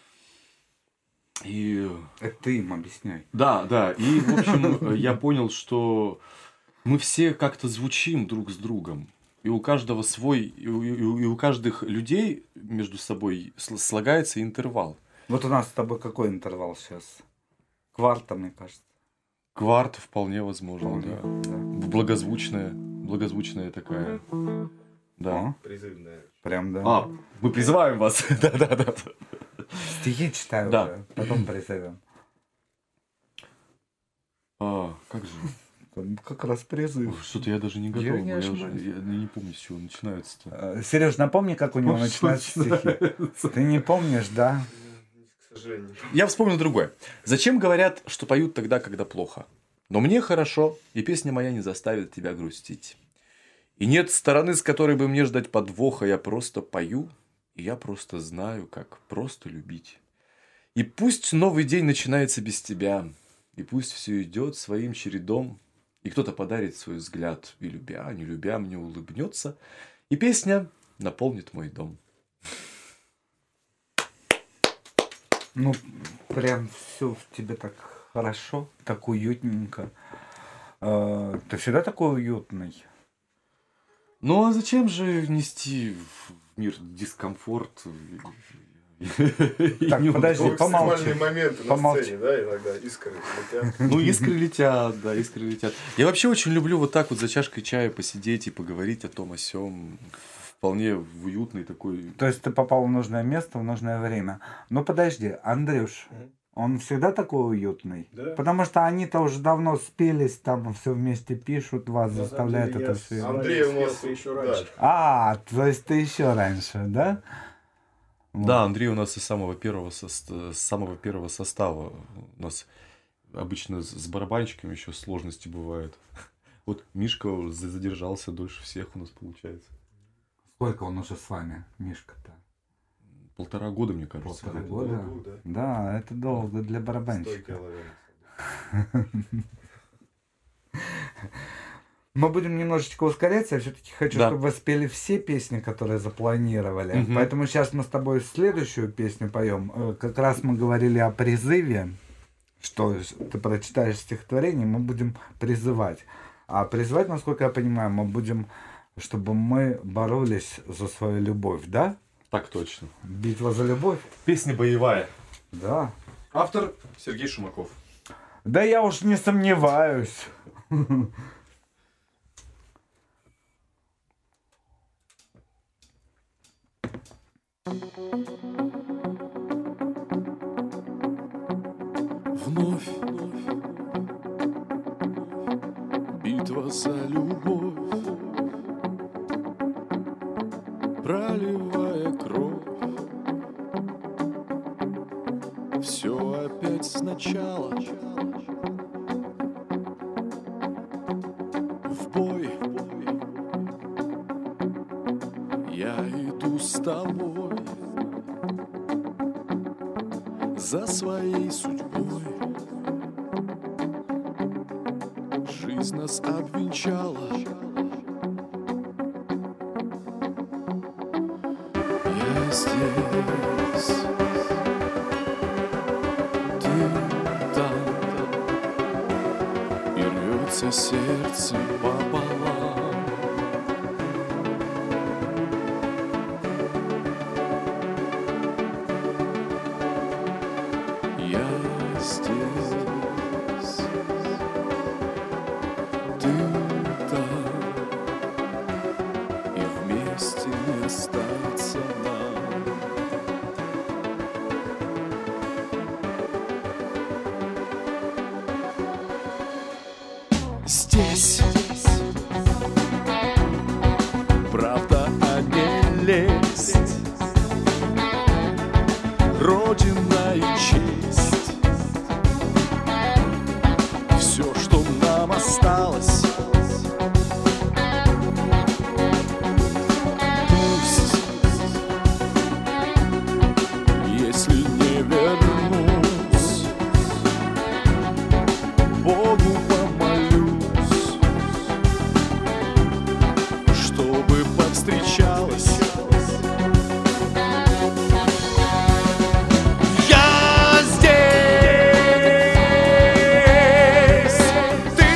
И... Это ты им объясняй. Да, да. И, в общем, я понял, что мы все как-то звучим друг с другом. И у каждого свой, и у, и у- и у каждых людей между собой сл- слагается интервал. Вот у нас с тобой какой интервал сейчас? Кварта, мне кажется. Кварт вполне возможно, Вполне, да. да. Благозвучная, благозвучная такая. Да. О, Призывная. прям, да. А, мы призываем вас. Да-да-да. Стихи читаю Да. уже, потом призовем. А, как же? Там как раз призыв. Ой, Что-то я даже не готов. Я не Я, уже, ошибаюсь. я не помню, с чего начинается-то. Сереж, напомни, как у него Ну, начинаются что стихи. начинается? Ты не помнишь, да? К сожалению. Я вспомнил другое. Зачем говорят, что поют тогда, когда плохо? Но мне хорошо, и песня моя не заставит тебя грустить. И нет стороны, с которой бы мне ждать подвоха, я просто пою, и я просто знаю, как просто любить. И пусть новый день начинается без тебя, и пусть все идет своим чередом, и кто-то подарит свой взгляд, и любя, не любя, мне улыбнется, и песня наполнит мой дом. Ну, прям все в тебе так хорошо, так уютненько. Э, Ты всегда такой уютный. Ну а зачем же нести в мир дискомфорт? и Так, неудобства? подожди, помолчи. Экстремальные моменты на Помолчи. сцене, да, иногда искры летят. Ну, искры летят, да, искры летят. Я вообще очень люблю вот так вот за чашкой чая посидеть и поговорить о том, о сём. Вполне в уютный такой... То есть ты попал в нужное место в нужное время. Ну подожди, Андрюш, он всегда такой уютный? Да. Потому что они-то уже давно спелись, там все вместе пишут, вас заставляют это все. Андрей у нас еще да. раньше. А, то есть ты еще раньше, да? Да, Андрей у нас из самого первого, соста- с самого первого состава. У нас обычно с с барабанщиками еще сложности бывают. Вот Мишка за- задержался дольше всех у нас получается. Сколько он уже с вами, Мишка-то? Полтора года, мне кажется. Полтора где-то. года? года. Да, это долго для барабанщика. Стойкий оловянец. Мы будем немножечко ускоряться. Я все-таки хочу, Да. чтобы вы спели все песни, которые запланировали. Мгм. Поэтому сейчас мы с тобой следующую песню поем. Э, Как раз мы говорили о призыве, что ты прочитаешь стихотворение, мы будем призывать. А призывать, насколько я понимаю, мы будем, чтобы мы боролись за свою любовь, да? Так точно. Битва за любовь? Песня боевая. Да. Автор Сергей Шумаков. Да я уж не сомневаюсь. Вновь битва за любовь, проливая кровь. Все опять сначала. В бой я иду с тобой. за своей судьбой. Жизнь нас обвенчала. Я здесь, ты там, и рвется сердце пополам. Я здесь, ты там, и вместе не остаться нам. Здесь правда, а не лесть, Родина и честь. Все, что нам осталось, пусть, если не вернусь, Богу помолюсь, чтобы повстречалась. Я здесь, ты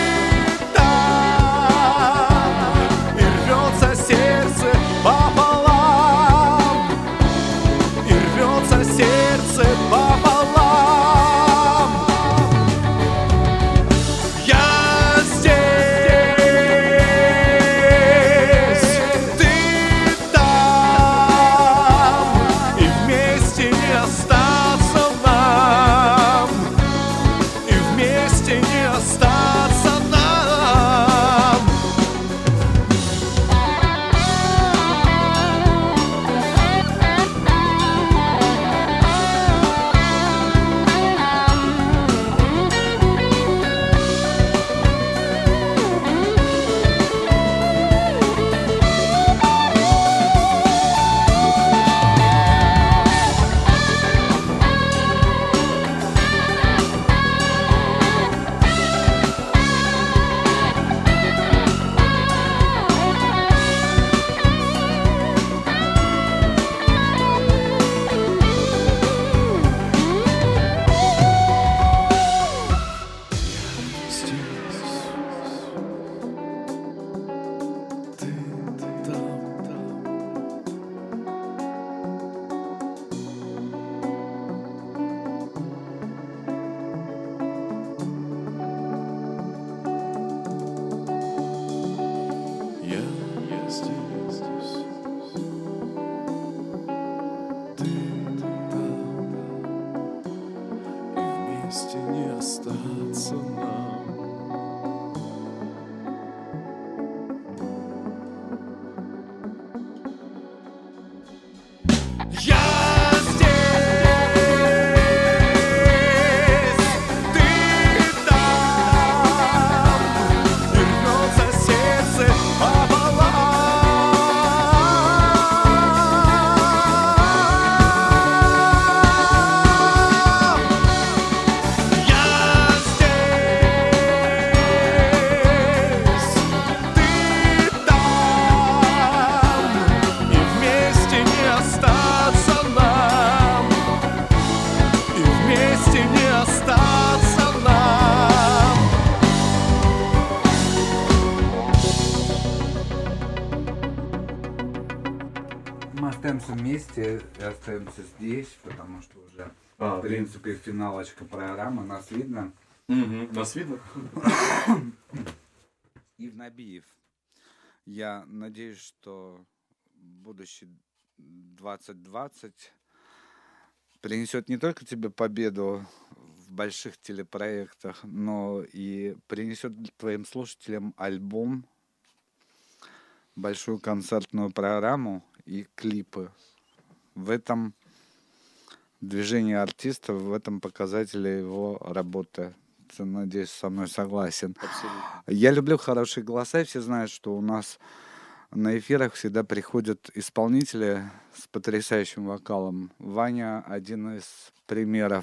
там, и рвется сердце пополам, и рвется сердце пополам. Я здесь, ты там, и вместе не остаться нам, и вместе не остаться нам. Я, я здесь, ты там, и вместе не остаться нам. Я здесь, ты там, и рвется сердце пополам. Я здесь, ты там, и вместе не остаться нам, и вместе не остаться нам. Мы остаемся вместе и остаемся здесь, потому что уже, А, в принципе, финалочка программы. Нас видно. Мгм. Нас видно? Ив Набиев. Я надеюсь, что будущий двадцать двадцать принесет не только тебе победу в больших телепроектах, но и принесет твоим слушателям альбом, большую концертную программу и клипы. В этом движение артиста, в этом показателе его работы. Ты, надеюсь, со мной согласен. Абсолютно. Я люблю хорошие голоса, и все знают, что у нас на эфирах всегда приходят исполнители с потрясающим вокалом. Ваня один из примеров,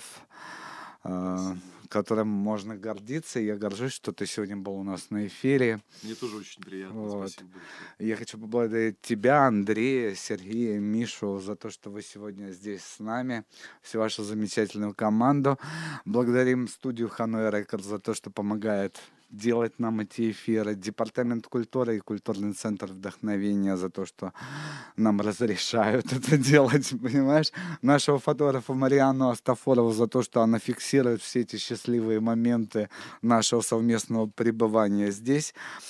которым можно гордиться. Я горжусь, что ты сегодня был у нас на эфире. Мне тоже очень приятно. Вот. Спасибо большое. Я хочу поблагодарить тебя, Андрея, Сергея, Мишу за то, что вы сегодня здесь с нами, всю вашу замечательную команду. Благодарим студию Hanoi Records за то, что помогает делать нам эти эфиры. Департамент культуры и культурный центр вдохновения за то, что нам разрешают это делать, понимаешь? Нашего фотографа Марианну Астафорову за то, что она фиксирует все эти счастливые моменты нашего совместного пребывания здесь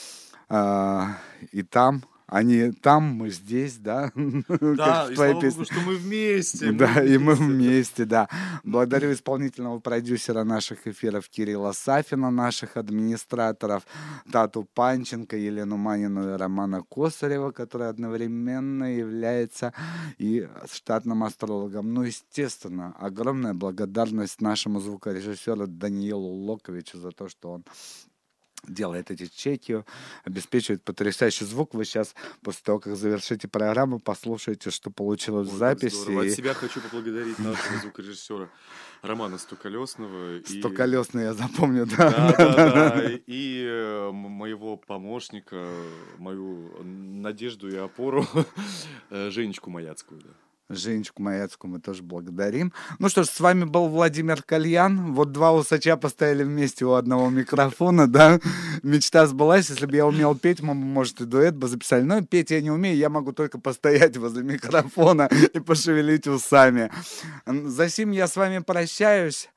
а, и там. Они там, мы здесь, да? Да, и слава богу, что мы вместе. Да, и мы вместе, да. Благодарю исполнительного продюсера наших эфиров Кирилла Сафина, наших администраторов Тату Панченко, Елену Манину и Романа Косарева, который одновременно является и штатным астрологом. Ну, естественно, огромная благодарность нашему звукорежиссеру Даниилу Локовичу за то, что он делает эти чеки, обеспечивает потрясающий звук. Вы сейчас, после того, как завершите программу, послушаете, что получилось в записи. От себя хочу поблагодарить нашего звукорежиссера Романа Стоколесного. Стоколесный, я запомню, да. Да, да, да. И моего помощника, мою надежду и опору, Женечку Маяцкую, да. Женечку Маяцкую мы тоже благодарим. Ну что ж, с вами был Владимир Кальян. Вот два усача постояли вместе у одного микрофона, да. Мечта сбылась. Если бы я умел петь, мы, может, и дуэт бы записали. Но петь я не умею, я могу только постоять возле микрофона и пошевелить усами. За сим я с вами прощаюсь.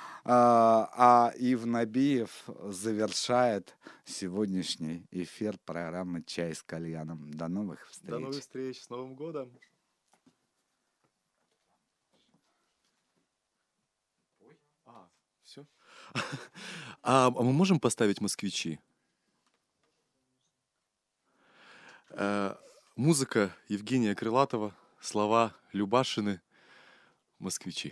А Ив Набиев завершает сегодняшний эфир программы «Чай с кальяном». До новых встреч. До новых встреч. С Новым годом. Все? А, а мы можем поставить «Москвичи»? А, музыка Евгения Крылатова, слова Любашины, «Москвичи».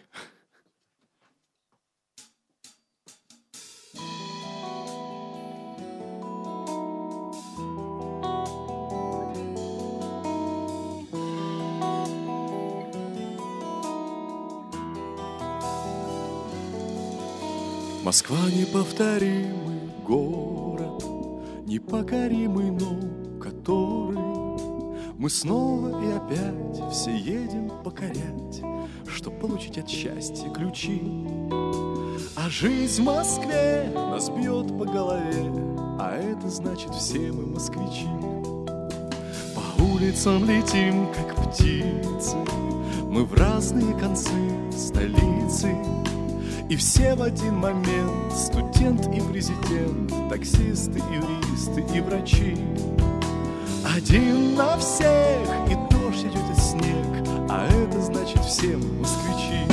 Москва неповторимый город, непокоримый, но который мы снова и опять все едем покорять, чтоб получить от счастья ключи. А жизнь в Москве нас бьет по голове, а это значит все мы москвичи. По улицам летим, как птицы, мы в разные концы столицы. И все в один момент, студент и президент, таксисты, юристы и врачи. Один на всех, и дождь идет и снег, а это значит все мы москвичи.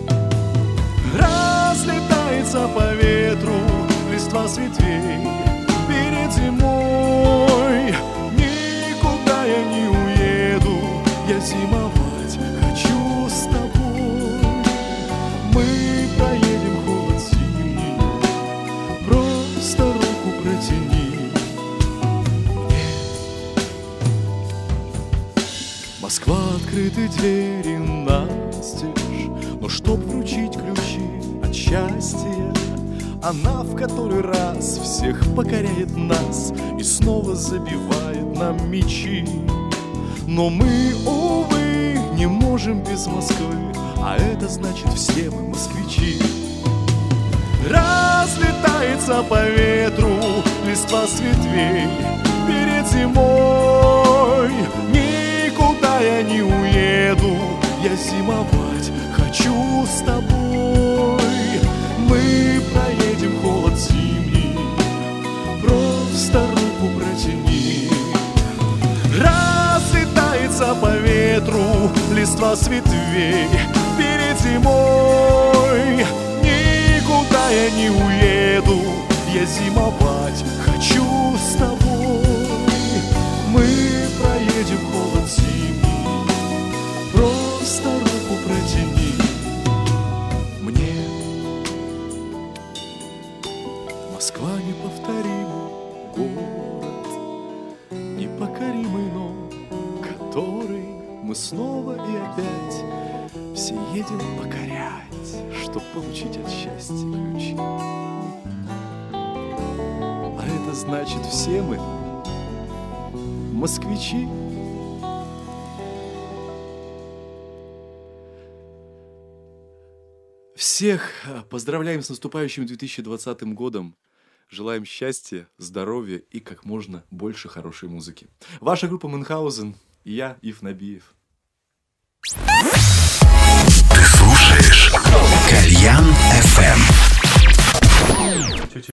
Разлетается по ветру листва с ветвей перед зимой. Никуда я не уеду, я зимовать хочу с тобой. Мы проедем холод зимний, просто руку протяни мне. Москва, открыты двери настежь, но чтоб вручить ключи от счастья, она в который раз всех покоряет нас и снова забивает нам мячи. Но мы, увы, не можем без Москвы, а это значит все мы москвичи. Разлетается по ветру листва с ветвей перед зимой. Никуда я не уеду, я зимовать хочу с тобой. Мы проедем холод зимний, просто руку протяни. Разлетается по ветру листва с ветвей перед зимой. Никуда я не уеду, я зимовать хочу с тобой. Мы проедем холод зимний, просто руку протяни мне. Москва неповторимый город, непокоримый, но снова и опять все едем покорять, чтоб получить от счастья ключи. А это значит, все мы москвичи. Всех поздравляем с наступающим две тысячи двадцатым годом. Желаем счастья, здоровья и как можно больше хорошей музыки. Ваша группа Мюнхгаузен и я, Ив Набиев. Ты слушаешь Кальян эф эм.